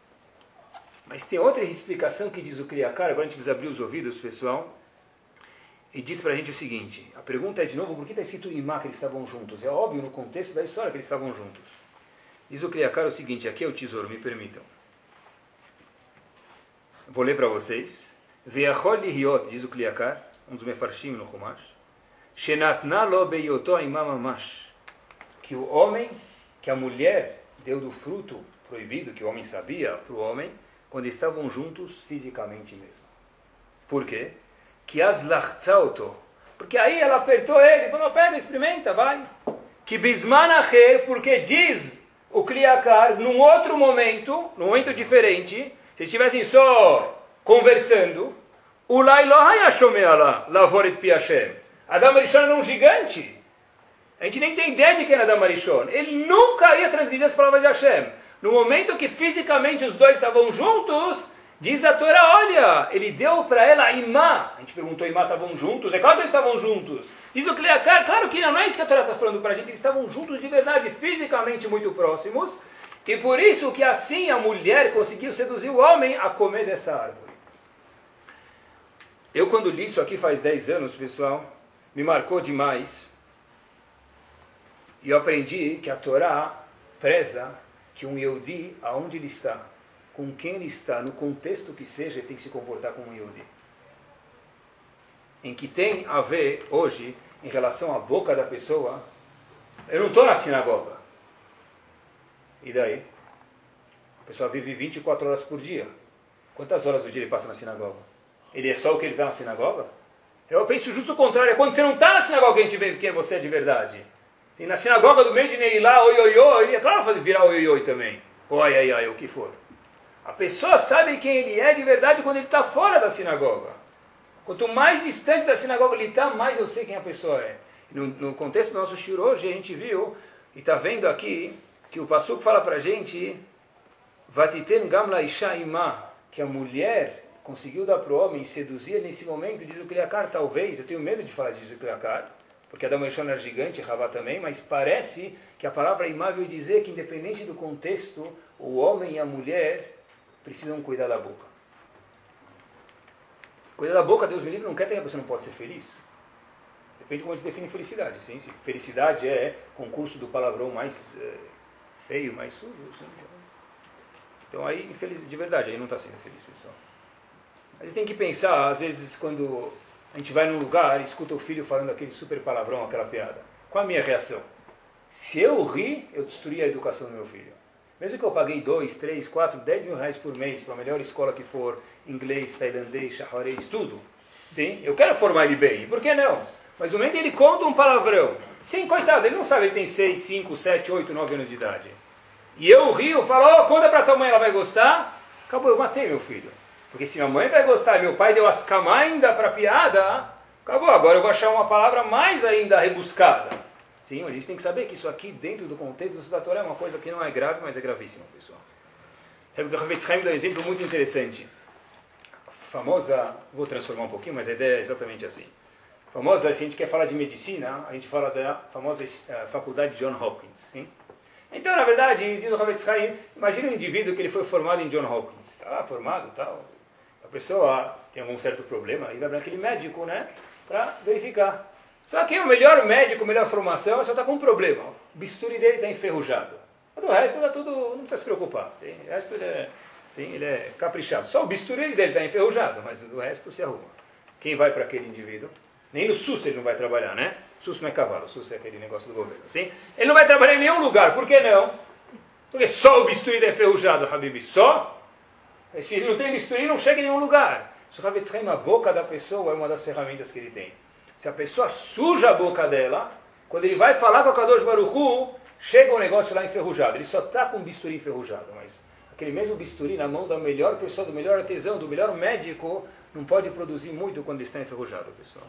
Mas tem outra explicação que diz o Kliakar, agora a gente precisa abrir os ouvidos, pessoal, e diz para a gente o seguinte, a pergunta é de novo, por que está escrito Imá que eles estavam juntos? É óbvio no contexto da história que eles estavam juntos. Diz o Kliakar o seguinte, aqui é o tesouro, me permitam. Vou ler para vocês. Ve'achol lihiot, diz o Kliakar, um dos mefarshim no Chumash, shenatna lo beyoto imam mamash, que o homem, que a mulher deu do fruto proibido, que o homem sabia para o homem, quando estavam juntos fisicamente mesmo. Por quê? Que as lachtzauto, porque aí ela apertou ele, falou, pega, experimenta, vai. Que bisman acher, porque diz o Kliakar, num outro momento, num momento diferente, se estivessem só conversando, o Adam Arishon era um gigante. A gente nem tem ideia de quem era Adam Arishon. Ele nunca ia transgredir as palavras de Hashem. No momento que fisicamente os dois estavam juntos, diz a Torá, olha, ele deu para ela Imá. A gente perguntou, Imá estavam juntos? É claro que eles estavam juntos. Diz o Kliakar, claro que não é isso que a Torá está falando para a gente, eles estavam juntos de verdade, fisicamente muito próximos. E por isso que assim a mulher conseguiu seduzir o homem a comer dessa árvore. Eu quando li isso aqui faz dez anos, pessoal, me marcou demais. E eu aprendi que a Torá preza que um Yehudi, aonde ele está, com quem ele está, no contexto que seja, ele tem que se comportar como um Yehudi. Em que tem a ver, hoje, em relação à boca da pessoa, eu não estou na sinagoga. E daí? A pessoa vive vinte e quatro horas por dia. Quantas horas do dia ele passa na sinagoga? Ele é só o que ele está na sinagoga? Eu penso justo o contrário. É quando você não está na sinagoga que a gente vê quem você é de verdade. E na sinagoga do meio de Neilá, oi, oi, oi, é claro virar oi, oi, oi também. Oi, ai, ai, o que for. A pessoa sabe quem ele é de verdade quando ele está fora da sinagoga. Quanto mais distante da sinagoga ele está, mais eu sei quem a pessoa é. No, no contexto do nosso shiur hoje, a gente viu, e está vendo aqui, que o Passuco fala para a gente, Vatiten gam laisha imá, que a mulher conseguiu dar para o homem, seduzir nesse momento, diz o Kliakar, talvez, eu tenho medo de falar disso o Kliakar, porque a Adam Rishon era gigante, Havá também, mas parece que a palavra imá veio dizer que, independente do contexto, o homem e a mulher precisam cuidar da boca. Cuidar da boca, Deus me livre, não quer dizer que a pessoa não pode ser feliz. Depende de como a gente define felicidade. Sim, se felicidade é concurso do palavrão mais é, feio, mais sujo. Sim. Então aí, infeliz, de verdade, aí não está sendo feliz, pessoal. Mas tem que pensar, às vezes, quando a gente vai num lugar e escuta o filho falando aquele super palavrão, aquela piada. Qual a minha reação? Se eu rir, eu destruí a educação do meu filho. Mesmo que eu paguei dois, três, quatro, dez mil reais por mês para a melhor escola que for, inglês, tailandês, shaharês, tudo. Sim, eu quero formar ele bem. E por que não? Mas no momento ele conta um palavrão. Sim, coitado, ele não sabe, ele tem seis, cinco, sete, oito, nove anos de idade. E eu rio, falo, oh, conta para tua mãe, ela vai gostar. Acabou, eu matei meu filho. Porque se minha mãe vai gostar, meu pai deu as cama ainda para a piada, acabou, agora eu vou achar uma palavra mais ainda rebuscada. Sim, a gente tem que saber que isso aqui, dentro do contexto da Torá, é uma coisa que não é grave, mas é gravíssima, pessoal. Sabe que o Havetz Haim dá um exemplo muito interessante. A famosa, vou transformar um pouquinho, mas a ideia é exatamente assim. A famosa, se a gente quer falar de medicina, a gente fala da famosa uh, faculdade John Hopkins. Sim? Então, na verdade, diz o Havetz Haim, imagina um indivíduo que ele foi formado em John Hopkins. Está lá formado e tal. A pessoa tem algum certo problema, e vai para aquele médico, né, para verificar. Só que o melhor médico, a melhor formação, só está com um problema. O bisturi dele está enferrujado. Mas o resto está tudo, não precisa se preocupar. Tem, o resto ele é, tem, ele é caprichado. Só o bisturi dele está enferrujado, mas o resto se arruma. Quem vai para aquele indivíduo? Nem no SUS ele não vai trabalhar, né? SUS não é cavalo, SUS é aquele negócio do governo. Assim? Ele não vai trabalhar em nenhum lugar. Por que não? Porque só o bisturi está enferrujado, Habibi. Só? Se ele não tem bisturi, não chega em nenhum lugar. Se o Havetz Haim, a boca da pessoa é uma das ferramentas que ele tem. Se a pessoa suja a boca dela, quando ele vai falar com a Kadosh Baruch Hu, chega um negócio lá enferrujado. Ele só está com um bisturi enferrujado, mas aquele mesmo bisturi na mão da melhor pessoa, do melhor artesão, do melhor médico, não pode produzir muito quando está enferrujado, pessoal.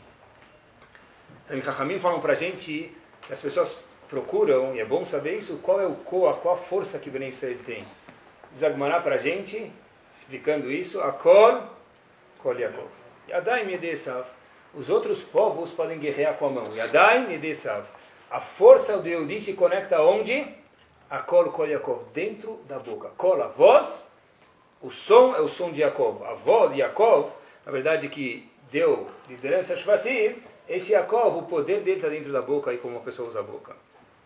Sabe, Chachamim falam para a gente que as pessoas procuram, e é bom saber isso, qual é o koach, qual a força que o Ben Israel tem. Diz Agmará para a gente, explicando isso, Akol, Kol Yaakov. Yadai Medesav. Os outros povos podem guerrear com a mão. Yadai Medesav. A força do Yehudi se conecta onde? Akol Kol Yaakov, dentro da boca. Kol, a voz, o som é o som de Yaakov. A voz de Yaakov, na verdade que deu liderança a Shvatim, esse Yaakov, o poder dele está dentro da boca e como a pessoa usa a boca.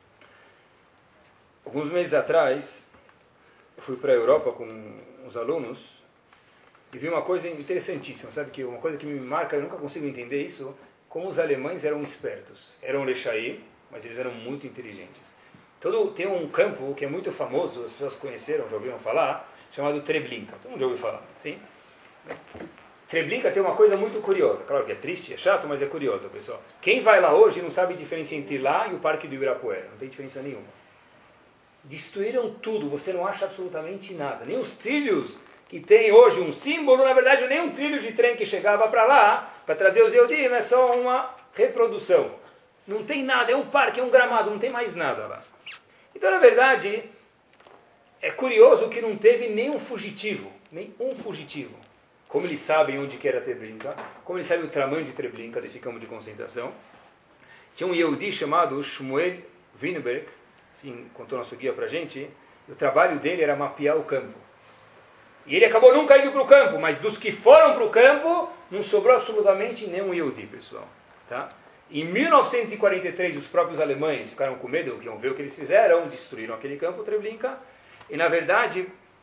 Alguns meses atrás, eu fui para a Europa com uns alunos e vi uma coisa interessantíssima, sabe, que uma coisa que me marca, eu nunca consigo entender isso, como os alemães eram espertos. Eram lechaim, mas eles eram muito inteligentes. Todo, tem um campo que é muito famoso, as pessoas conheceram, já ouviram falar, chamado Treblinka. Todo mundo já ouviu falar, sim? Treblinka tem uma coisa muito curiosa. Claro que é triste, é chato, mas é curioso, pessoal. Quem vai lá hoje não sabe a diferença entre lá e o Parque do Ibirapuera. Não tem diferença nenhuma. Destruíram tudo, você não acha absolutamente nada. Nem os trilhos que tem hoje um símbolo, na verdade, nem um trilho de trem que chegava para lá, para trazer os Yehudim, é só uma reprodução. Não tem nada, é um parque, é um gramado, não tem mais nada lá. Então, na verdade, é curioso que não teve nenhum fugitivo, nem um fugitivo. Como eles sabem onde que era Treblinka, como eles sabem o tamanho de Treblinka, desse campo de concentração. Tinha um Yehudi chamado Shmuel Weinberg, assim, contou nosso guia para a gente, e o trabalho dele era mapear o campo. E ele acabou nunca indo para o campo, mas dos que foram para o campo, não sobrou absolutamente nenhum Yehudi, pessoal. Tá? Em mil novecentos e quarenta e três, os próprios alemães ficaram com medo, que iam ver o que eles fizeram, destruíram aquele campo, Treblinka, e na verdade,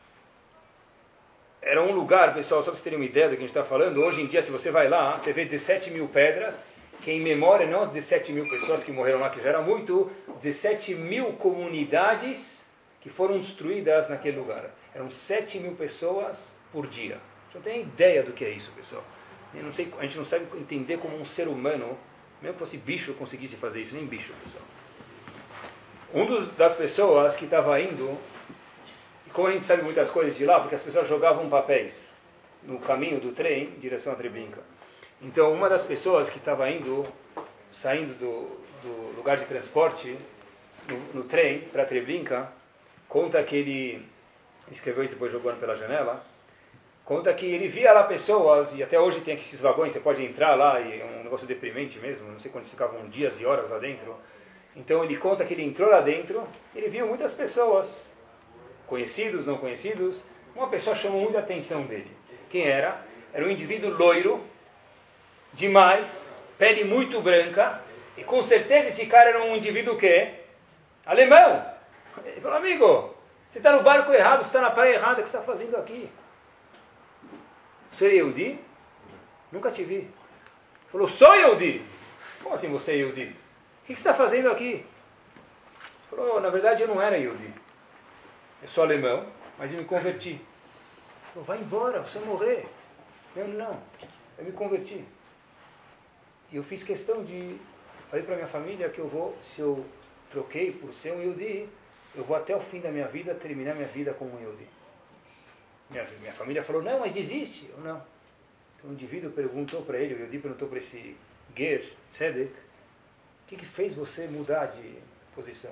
era um lugar, pessoal, só para vocês terem uma ideia do que a gente está falando, hoje em dia, se você vai lá, você vê dezessete mil pedras, que em memória, não as dezessete mil pessoas que morreram lá, que já era muito, dezessete mil comunidades que foram destruídas naquele lugar. Eram sete mil pessoas por dia. Você não tem ideia do que é isso, pessoal. Eu não sei, a gente não sabe entender como um ser humano, mesmo que fosse bicho, conseguisse fazer isso, nem bicho, pessoal. Um dos, das pessoas que estava indo, e como a gente sabe muitas coisas de lá, porque as pessoas jogavam papéis no caminho do trem em direção a Treblinka. Então, uma das pessoas que estava indo saindo do, do lugar de transporte, no, no trem, para Treblinka, conta que ele, escreveu isso depois jogando pela janela, conta que ele via lá pessoas, e até hoje tem aqui esses vagões, você pode entrar lá, e é um negócio deprimente mesmo, não sei quantos ficavam dias e horas lá dentro. Então ele conta que ele entrou lá dentro, ele viu muitas pessoas, conhecidos, não conhecidos. Uma pessoa chamou muita atenção dele. Quem era? Era um indivíduo loiro, demais, pele muito branca, e com certeza esse cara era um indivíduo o quê? Alemão. Ele falou, amigo, você está no barco errado, você está na praia errada, o que você está fazendo aqui? Você é Yehudi? Nunca te vi. Ele falou, sou Yehudi. Como assim você é Yehudi? O que você está fazendo aqui? Ele falou, na verdade eu não era Yehudi. Eu sou alemão, mas eu me converti. Ele falou, vai embora, você vai morrer. Eu não, eu me converti. E eu fiz questão de... Falei para minha família que eu vou, se eu troquei por ser um Yehudi, eu vou até o fim da minha vida terminar minha vida como um Yehudi. Minha, minha família falou, não, mas desiste. Eu não. Então o indivíduo perguntou para ele, o Yehudi perguntou para esse Ger, Tzedek, o que, que fez você mudar de posição?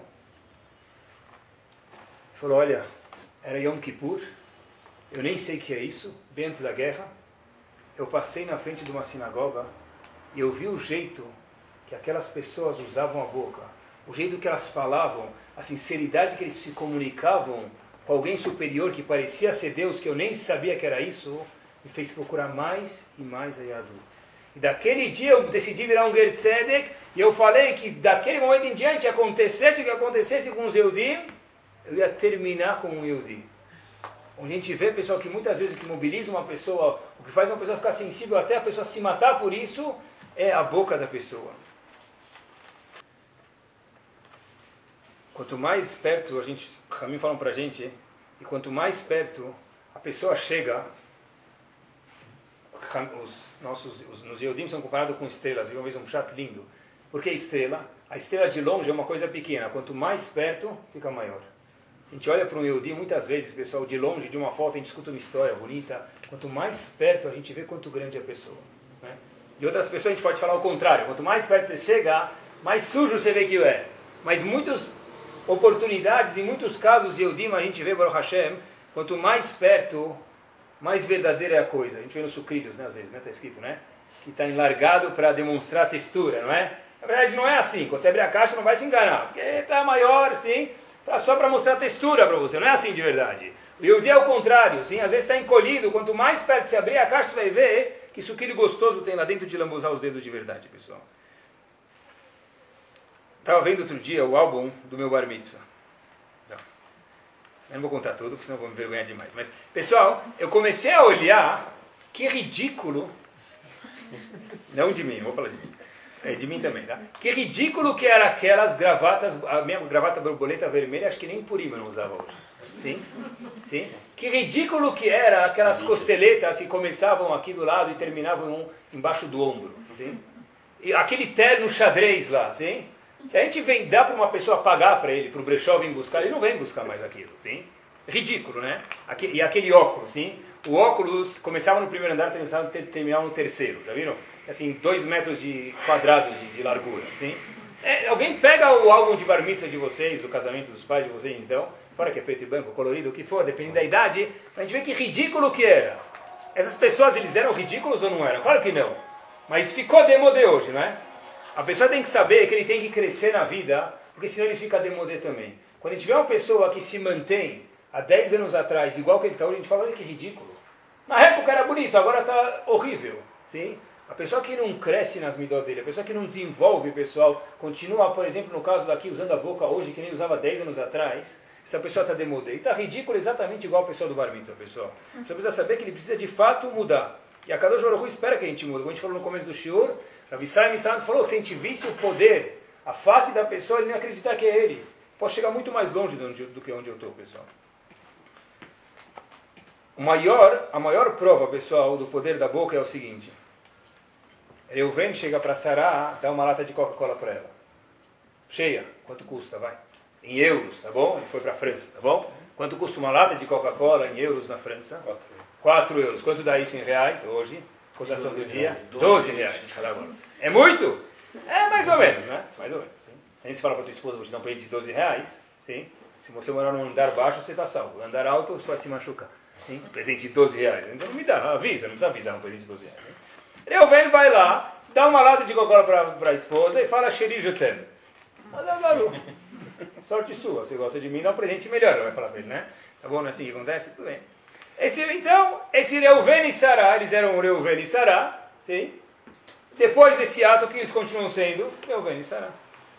Ele falou, olha, era Yom Kippur, eu nem sei o que é isso, bem antes da guerra, eu passei na frente de uma sinagoga e eu vi o jeito que aquelas pessoas usavam a boca, o jeito que elas falavam, a sinceridade que eles se comunicavam com alguém superior que parecia ser Deus, que eu nem sabia que era isso, me fez procurar mais e mais a Yahadut. E daquele dia eu decidi virar um Ger Tzedek, e eu falei que daquele momento em diante, acontecesse o que acontecesse com os Yehudim, eu ia terminar como um Yehudi. Onde a gente vê, pessoal, que muitas vezes o que mobiliza uma pessoa, o que faz uma pessoa ficar sensível até a pessoa se matar por isso, é a boca da pessoa. Quanto mais perto, a gente, os Ramim falam pra gente, e quanto mais perto a pessoa chega, os nossos, os, nos Yehudim são comparados com estrelas, viu uma vez um chat lindo. Por que estrela? A estrela de longe é uma coisa pequena, quanto mais perto, fica maior. A gente olha para um Yehudi, muitas vezes, pessoal, de longe, de uma foto, a gente escuta uma história bonita. Quanto mais perto, a gente vê quanto grande é a pessoa. Né? E outras pessoas, a gente pode falar o contrário. Quanto mais perto você chega, mais sujo você vê que é. Mas muitas oportunidades, em muitos casos, Yehudim, a gente vê, Baruch Hashem, quanto mais perto, mais verdadeira é a coisa. A gente vê nos sucrilhos, né, às vezes, né? Está escrito, né? Que está enlargado para demonstrar a textura, não é? Na verdade, não é assim. Quando você abrir a caixa, não vai se enganar. Porque está maior, sim. Pra, só para mostrar a textura para você, não é assim de verdade. O Yehudi é o contrário, sim? Às vezes está encolhido, quanto mais perto você abrir a caixa, você vai ver que suquilho gostoso tem lá dentro de lambuzar os dedos de verdade, pessoal. Estava vendo outro dia o álbum do meu bar mitzvah. Não, eu não vou contar tudo, porque senão eu vou me envergonhar demais. Mas, pessoal, eu comecei a olhar, que ridículo, não de mim, não vou falar de mim. É, de mim também, tá? Que ridículo que eram aquelas gravatas, a minha gravata borboleta vermelha, acho que nem Purim eu não usava hoje. Sim? Sim? Que ridículo que era aquelas costeletas que começavam aqui do lado e terminavam um embaixo do ombro. Sim? E aquele terno xadrez lá, sim? Se a gente vem dar para uma pessoa pagar para ele, para o brechó vir buscar, ele não vem buscar mais aquilo, sim? Ridículo, né? E aquele óculos, sim? O óculos começava no primeiro andar e terminava no terceiro, já viram? Assim, dois metros de quadrados de, de largura, sim? É, alguém pega o álbum de bar mitzvah de vocês, o casamento dos pais de vocês, então, fora que é preto e branco, colorido, o que for, dependendo da idade, a gente vê que ridículo que era. Essas pessoas, eles eram ridículos ou não eram? Claro que não. Mas ficou demodé hoje, não é? A pessoa tem que saber que ele tem que crescer na vida, porque senão ele fica demodé também. Quando a gente vê uma pessoa que se mantém há dez anos atrás, igual que ele está hoje, a gente fala, olha que ridículo. Na época era bonito, agora está horrível. Sim? A pessoa que não cresce nas midot dele, a pessoa que não desenvolve, pessoal, continua, por exemplo, no caso daqui, usando a boca hoje, que nem usava dez anos atrás, essa pessoa está demodé. E está ridículo exatamente igual a pessoa do bar mitzvah, pessoal. Você precisa saber que ele precisa de fato mudar. E a Kadosh Baruch Hu espera que a gente mude. Como a gente falou no começo do shiur, Rav Israel Misraim falou que se a gente visse o poder, a face da pessoa, ele não ia acreditar que é ele. Pode chegar muito mais longe do, do que onde eu estou, pessoal. O maior, a maior prova, pessoal, do poder da boca é o seguinte. Reuven chega para Sará, dá uma lata de Coca-Cola para ela. Cheia. Quanto custa? Vai. Em euros, tá bom? Ele foi para a França, tá bom? Quanto custa uma lata de Coca-Cola em euros na França? quatro euros. Quanto dá isso em reais hoje? Cotação do dia? doze reais. É muito? É mais ou menos, né? Mais ou menos. Sim. A gente fala para tua esposa, vou te dar um presente de doze reais. Sim. Se você morar num andar baixo, você está salvo. Andar alto, você pode se machucar. Sim. Um presente de doze reais. Então não me dá, avisa, não precisa avisar um presente de doze reais. Né? Reuven vai lá, dá uma lata de Coca-Cola para a esposa e fala, Sheri, je t'aime. Manda barulho. Sorte sua, você gosta de mim, dá um presente melhor, vai falar para ele, né? Tá bom, não é assim que acontece? Tudo bem. Esse, então, esse Reuven e Sará, eles eram Reuven e Sará, sim? Depois desse ato, que eles continuam sendo Reuven e Sará.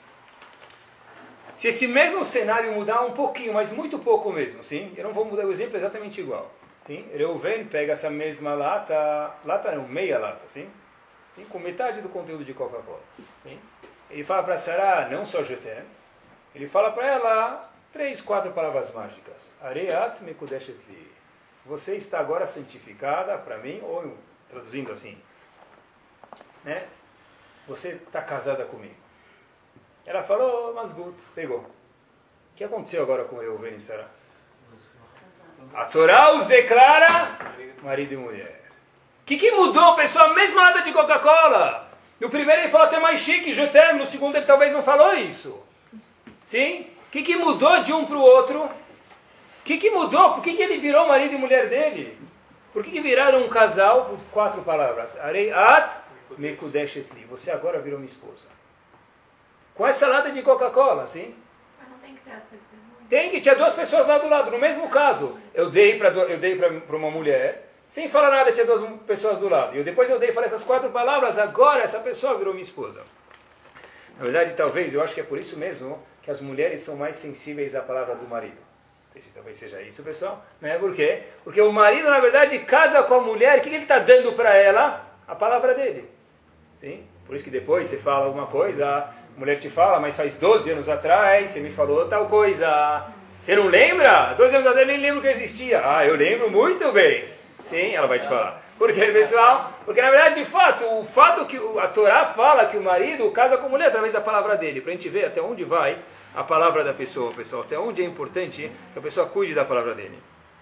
Se esse mesmo cenário mudar um pouquinho, mas muito pouco mesmo, sim? Eu não vou mudar o exemplo exatamente igual. Sim? Reuven pega essa mesma lata, lata não, meia lata, sim? Sim? Com metade do conteúdo de Coca-Cola. Sim? Ele fala para Sará, não só je t'aime, ele fala para ela três, quatro palavras mágicas. Areat mekudeshet li. Você está agora santificada para mim, ou traduzindo assim, né? Você está casada comigo. Ela falou, mas gut, pegou. O que aconteceu agora com Reuven e Sará? A Torá os declara marido e mulher. O que, que mudou, pessoal? A mesma lata de Coca-Cola. No primeiro ele falou até mais chique, je t'aime. No segundo ele talvez não falou isso. Sim? O que, que mudou de um para o outro? O que, que mudou? Por que, que ele virou marido e mulher dele? Por que, que viraram um casal por quatro palavras? Arei at mekudeshet li. Você agora virou minha esposa. Com essa lata de Coca-Cola, sim? Mas não tem que ter essa testemunha. Tem que, tinha duas pessoas lá do lado. No mesmo caso, eu dei para eu dei para uma mulher, sem falar nada, tinha duas pessoas do lado. E eu, depois eu dei e falei essas quatro palavras, agora essa pessoa virou minha esposa. Na verdade, talvez, eu acho que é por isso mesmo que as mulheres são mais sensíveis à palavra do marido. Não sei se talvez seja isso, pessoal. Não é por quê? Porque o marido, na verdade, casa com a mulher, o que ele está dando para ela? A palavra dele. Sim? Por isso que depois você fala alguma coisa, a mulher te fala, mas faz doze anos atrás você me falou tal coisa. Você não lembra? doze anos atrás eu nem lembro que existia. Ah, eu lembro muito bem. Sim, ela vai te falar. Por quê, pessoal? Porque na verdade, de fato, o fato que a Torá fala que o marido casa com a mulher através da palavra dele, para a gente ver até onde vai a palavra da pessoa, pessoal. Até onde é importante que a pessoa cuide da palavra dele.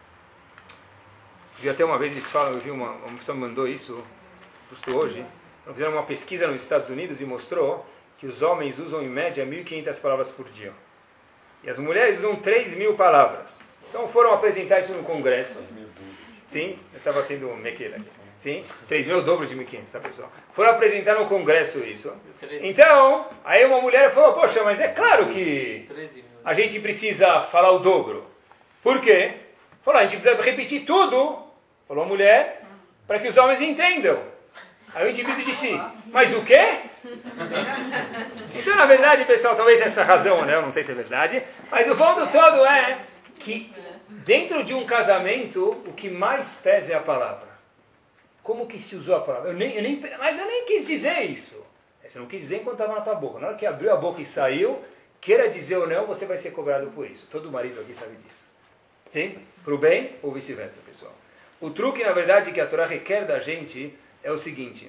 Vi até uma vez, eles falam, eu vi uma, uma pessoa me mandou isso, justo hoje. Então, fizeram uma pesquisa nos Estados Unidos e mostrou que os homens usam em média mil e quinhentas palavras por dia. E as mulheres usam três mil palavras. Então foram apresentar isso no Congresso. Sim, eu estava sendo mequeira aqui. Sim, três mil é o dobro de mil e quinhentos, tá, pessoal? Foram apresentar no Congresso isso. Então, aí uma mulher falou, poxa, mas é claro que a gente precisa falar o dobro. Por quê? Falou, a gente precisa repetir tudo, falou a mulher, para que os homens entendam. Aí o indivíduo disse, mas o quê? Então, na verdade, pessoal, talvez essa razão, né? Eu não sei se é verdade, mas o ponto todo é que dentro de um casamento, o que mais pesa é a palavra. Como que se usou a palavra? Eu nem, eu nem, mas eu nem quis dizer isso. Você não quis dizer enquanto estava na tua boca. Na hora que abriu a boca e saiu, queira dizer ou não, você vai ser cobrado por isso. Todo marido aqui sabe disso. Sim? Para o bem ou vice-versa, pessoal. O truque, na verdade, que a Torá requer da gente é o seguinte.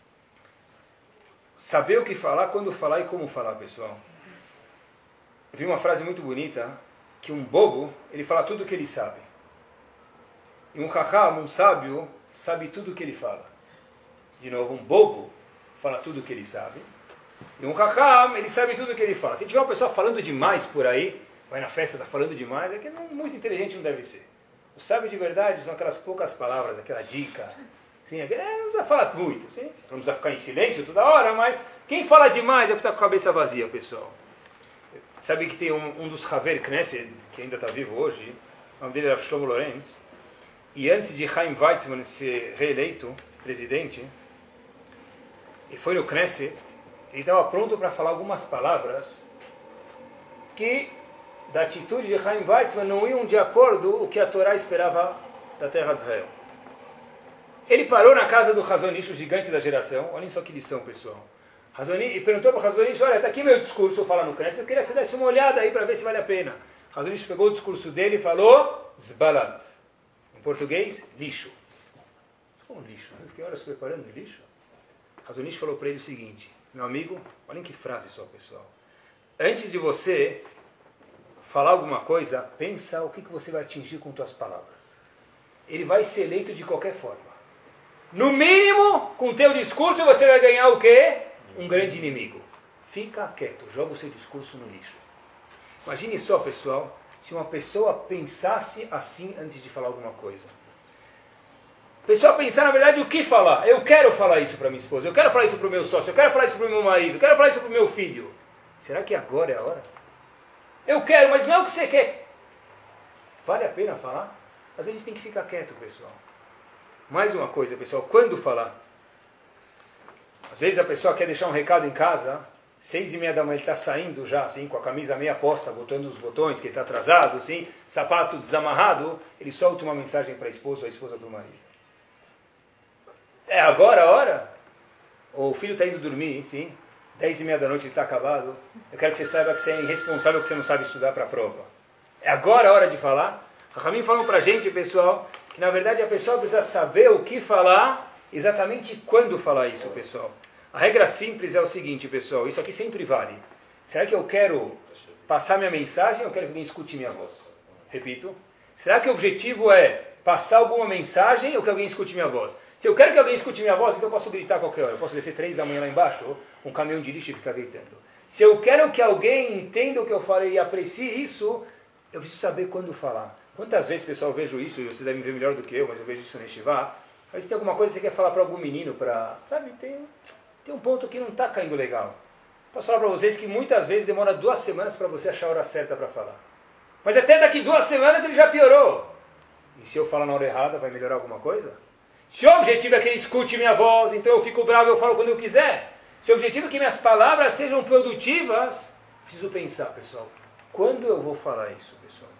Saber o que falar, quando falar e como falar, pessoal. Eu vi uma frase muito bonita, que um bobo, ele fala tudo o que ele sabe. E um chacham, um sábio, sabe tudo o que ele fala. De novo, um bobo fala tudo o que ele sabe. E um chacham, ele sabe tudo o que ele fala. Se tiver uma pessoa falando demais por aí, vai na festa, está falando demais, é que não, muito inteligente não deve ser. O sábio de verdade são aquelas poucas palavras, aquela dica. Sim, é, não precisa falar muito, sim? Não precisa ficar em silêncio toda hora, mas quem fala demais é porque está com a cabeça vazia, pessoal. Sabe que tem um, um dos Haver Knesset, que ainda está vivo hoje, o nome dele era Shlomo Lorenz, e antes de Chaim Weizmann ser reeleito presidente, ele foi no Knesset, ele estava pronto para falar algumas palavras que, da atitude de Chaim Weizmann, não iam de acordo com o que a Torá esperava da terra de Israel. Ele parou na casa do Hazon Ish, o gigante da geração, olhem só que lição, pessoal. Hazonish, e perguntou para o Hazon Ish, olha, está aqui meu discurso, eu falo no Knesset, eu queria que você desse uma olhada aí para ver se vale a pena. Hazon Ish pegou o discurso dele e falou, zbalant. Em português, lixo. Como lixo? Eu fiquei horas preparando lixo. Hazon Ish falou para ele o seguinte, meu amigo, olhem que frase só, pessoal. Antes de você falar alguma coisa, pensa o que, que você vai atingir com suas palavras. Ele vai ser eleito de qualquer forma. No mínimo, com o teu discurso, você vai ganhar o quê? um grande inimigo. Fica quieto, joga o seu discurso no lixo. Imagine só, pessoal, se uma pessoa pensasse assim antes de falar alguma coisa. A pessoa pensar, na verdade, o que falar. Eu quero falar isso para minha esposa, eu quero falar isso para o meu sócio, eu quero falar isso para o meu marido, eu quero falar isso para o meu filho. Será que agora é a hora? Eu quero, mas não é o que você quer. Vale a pena falar? Às vezes a gente tem que ficar quieto, pessoal. Mais uma coisa, pessoal, quando falar? Às vezes a pessoa quer deixar um recado em casa, seis e meia da manhã ele está saindo já, assim, com a camisa meia posta, botando os botões, que ele está atrasado, assim, sapato desamarrado, ele solta uma mensagem para a esposa ou a esposa para o marido. É agora a hora? Ou o filho está indo dormir, sim, dez e meia da noite ele está acabado, eu quero que você saiba que você é irresponsável, que você não sabe estudar para a prova. É agora a hora de falar? A Ramim falou para a gente, pessoal, que na verdade a pessoa precisa saber o que falar, exatamente quando falar isso, pessoal. A regra simples é o seguinte, pessoal, isso aqui sempre vale. Será que eu quero passar minha mensagem ou eu quero que alguém escute minha voz? Repito. Será que o objetivo é passar alguma mensagem ou que alguém escute minha voz? Se eu quero que alguém escute minha voz, então eu posso gritar a qualquer hora. Eu posso descer três da manhã lá embaixo, um caminhão de lixo e ficar gritando. Se eu quero que alguém entenda o que eu falei e aprecie isso, eu preciso saber quando falar. Quantas vezes, pessoal, eu vejo isso, e vocês devem ver melhor do que eu, mas eu vejo isso no Yeshiva. Mas tem alguma coisa que você quer falar para algum menino, para, sabe, tem, tem um ponto que não está caindo legal. Posso falar para vocês que muitas vezes demora duas semanas para você achar a hora certa para falar. Mas até daqui duas semanas ele já piorou. E se eu falar na hora errada, vai melhorar alguma coisa? Se o objetivo é que ele escute minha voz, então eu fico bravo e eu falo quando eu quiser. Se o objetivo é que minhas palavras sejam produtivas, preciso pensar, pessoal. Quando eu vou falar isso, pessoal?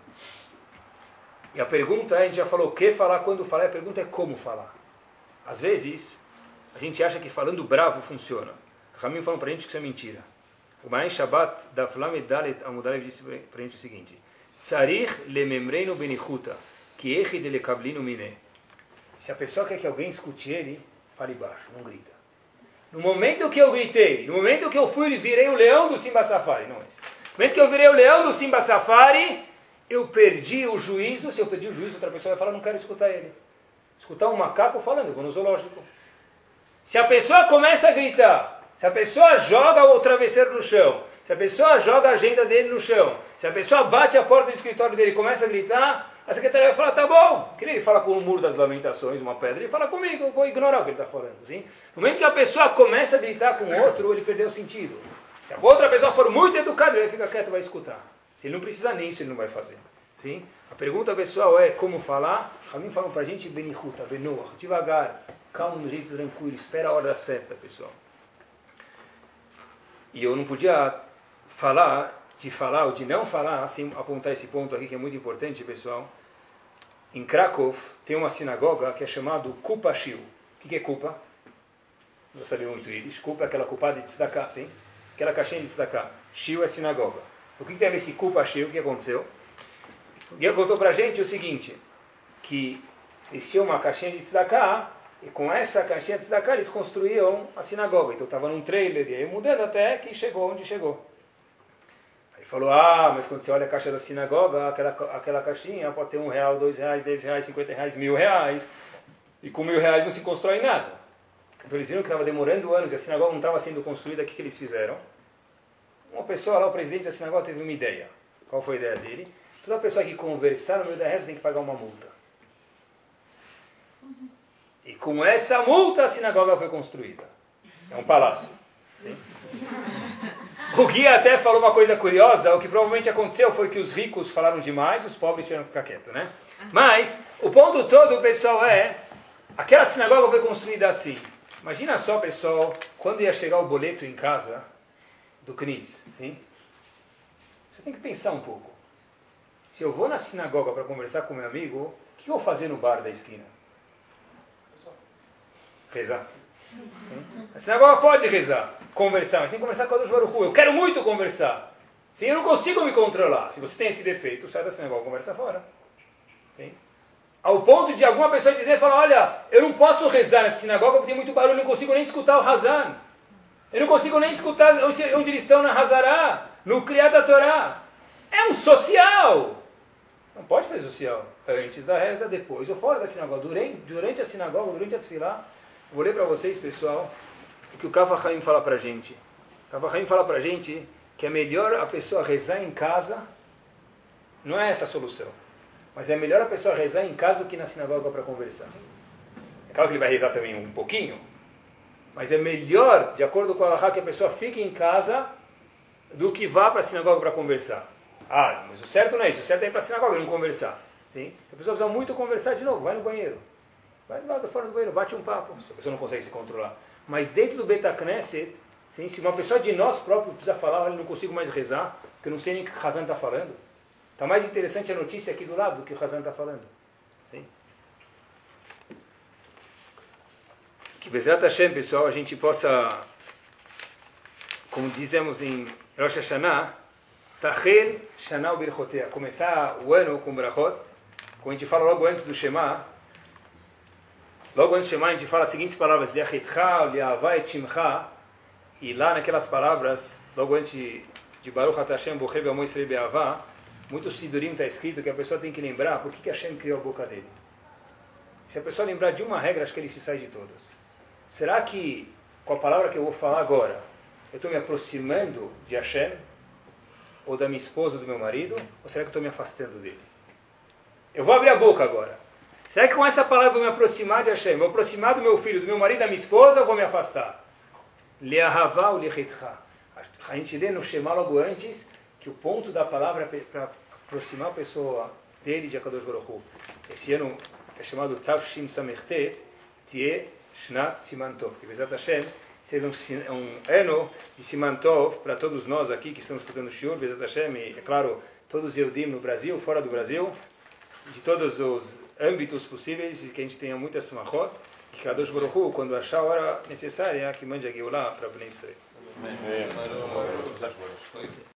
E a pergunta é, a gente já falou o que falar, quando falar, a pergunta é como falar. Às vezes, a gente acha que falando bravo funciona. Ramim falou para a gente que isso é mentira. O Mahen Shabbat da Flamed Dalet Amudalev disse para a gente o seguinte: Tzarich lememreinu benichuta, ki echi delekablinu mine. Se a pessoa quer que alguém escute ele, fale baixo, não grita. No momento que eu gritei, no momento que eu fui e virei o leão do Simba Safari, não esse. No momento que eu virei o leão do Simba Safari, eu perdi o juízo. Se eu perdi o juízo, outra pessoa vai falar, não quero escutar ele. Escutar um macaco falando, eu vou no zoológico. Se a pessoa começa a gritar, se a pessoa joga o travesseiro no chão, se a pessoa joga a agenda dele no chão, se a pessoa bate a porta do escritório dele e começa a gritar, a secretária vai falar, tá bom. Que nem ele fala com o muro das lamentações, uma pedra, ele fala comigo, eu vou ignorar o que ele está falando. Sim? No momento que a pessoa começa a gritar com o outro, ele perdeu o sentido. Se a outra pessoa for muito educada, ele vai ficar quieto e vai escutar. Se ele não precisa nem isso, ele não vai fazer. Sim? A pergunta pessoal é como falar. Ramim falou para a gente, benichuta, benoah, devagar, calmo, no jeito tranquilo, espera a hora certa, pessoal. E eu não podia falar, de falar ou de não falar, sem apontar esse ponto aqui que é muito importante, pessoal. Em Krakow tem uma sinagoga que é chamada Kupa Shiu. O que é Kupa? Não sabia muito Yiddish. Kupa é aquela Kupa de tzedakah, sim? Aquela caixinha de tzedakah. Shiu é sinagoga. O que tem a ver esse Kupa Shiu? O que aconteceu? O Guia contou pra gente o seguinte, que eles tinham uma caixinha de tzedakah, e com essa caixinha de tzedakah eles construíam a sinagoga. Então estava num trailer, e aí mudando até que chegou onde chegou. Aí falou, ah, mas quando você olha a caixa da sinagoga, aquela, aquela caixinha pode ter um real, dois reais, dez reais, cinquenta reais, mil reais, e com mil reais não se constrói nada. Então eles viram que estava demorando anos e a sinagoga não estava sendo construída. O que, que eles fizeram? Uma pessoa lá, o presidente da sinagoga, teve uma ideia. Qual foi a ideia dele? Toda pessoa que conversar no meio da reza tem que pagar uma multa. E com essa multa a sinagoga foi construída. É um palácio. Sim? O guia até falou uma coisa curiosa. O que provavelmente aconteceu foi que os ricos falaram demais, os pobres tiveram que ficar quietos, né? Mas o ponto todo, pessoal, é aquela sinagoga foi construída assim. Imagina só, pessoal, quando ia chegar o boleto em casa do C N I S, sim? Você tem que pensar um pouco. Se eu vou na sinagoga para conversar com meu amigo, o que eu vou fazer no bar da esquina? Rezar. Sim? A sinagoga pode rezar, conversar, mas tem que conversar com a Deus Baruch Hu. Eu quero muito conversar. Sim, eu não consigo me controlar. Se você tem esse defeito, sai da sinagoga e conversa fora. Sim? Ao ponto de alguma pessoa dizer, falar, olha, eu não posso rezar na sinagoga porque tem muito barulho, eu não consigo nem escutar o Hazan. Eu não consigo nem escutar onde eles estão na Hazará, no Kriyat HaTorah. É um social. Não pode fazer social. Antes da reza, depois ou fora da sinagoga. Durante, durante a sinagoga, durante a tefilá. Vou ler para vocês, pessoal, o que o Kaf HaChaim fala para a gente. O Kaf HaChaim fala para a gente que é melhor a pessoa rezar em casa, não é essa a solução, mas é melhor a pessoa rezar em casa do que na sinagoga para conversar. É claro que ele vai rezar também um pouquinho, mas é melhor, de acordo com a Halakha, que a pessoa fique em casa do que vá para a sinagoga para conversar. Ah, mas o certo não é isso, o certo é ir para a sinagoga e não conversar. Sim? A pessoa precisa muito conversar de novo, vai no banheiro. Vai lá fora do banheiro, bate um papo, se a pessoa não consegue se controlar. Mas dentro do Beit HaKnesset, sim, se uma pessoa de nós próprios precisa falar, olha, não consigo mais rezar, porque eu não sei nem o que o Hazan está falando. Está mais interessante a notícia aqui do lado do que o Hazan está falando. Sim? Que Bezrat Hashem, pessoal, a gente possa, como dizemos em Rosh Hashanah, Tachel Shana Birchotea, começar o ano com Brachot, como a gente fala logo antes do Shema, logo antes do Shema a gente fala as seguintes palavras, Liachitcha, Liahavá et Shimcha, e lá naquelas palavras, logo antes de, de Baruch Atah Hashem, Bochev Amo Yisrael Be'avá, muito Sidurim está escrito que a pessoa tem que lembrar por que, que Hashem criou a boca dele. Se a pessoa lembrar de uma regra, acho que ele se sai de todas. Será que, com a palavra que eu vou falar agora, eu estou me aproximando de Hashem, ou da minha esposa, ou do meu marido, ou será que eu estou me afastando dele? Eu vou abrir a boca agora. Será que com essa palavra eu vou me aproximar de Hashem? Vou aproximar do meu filho, do meu marido, da minha esposa, ou vou me afastar? Le'ahavá ou le'chitcha. A gente lê no Shema logo antes que o ponto da palavra é para aproximar a pessoa dele de Akadosh Baruch Hu. Esse ano é chamado Tavshin Samertet, Tie Shnat Siman Tov. Que Bezrat Hashem seja um, um ano de Siman Tov para todos nós aqui que estamos escutando o Shiur, Bezrat Hashem, e é claro, todos os Yehudim no Brasil, fora do Brasil, de todos os âmbitos possíveis, e que a gente tenha muita Simachot, que Kadosh Baruch Hu, quando achar a hora necessária, que mande a Geulah para Bnei Israel.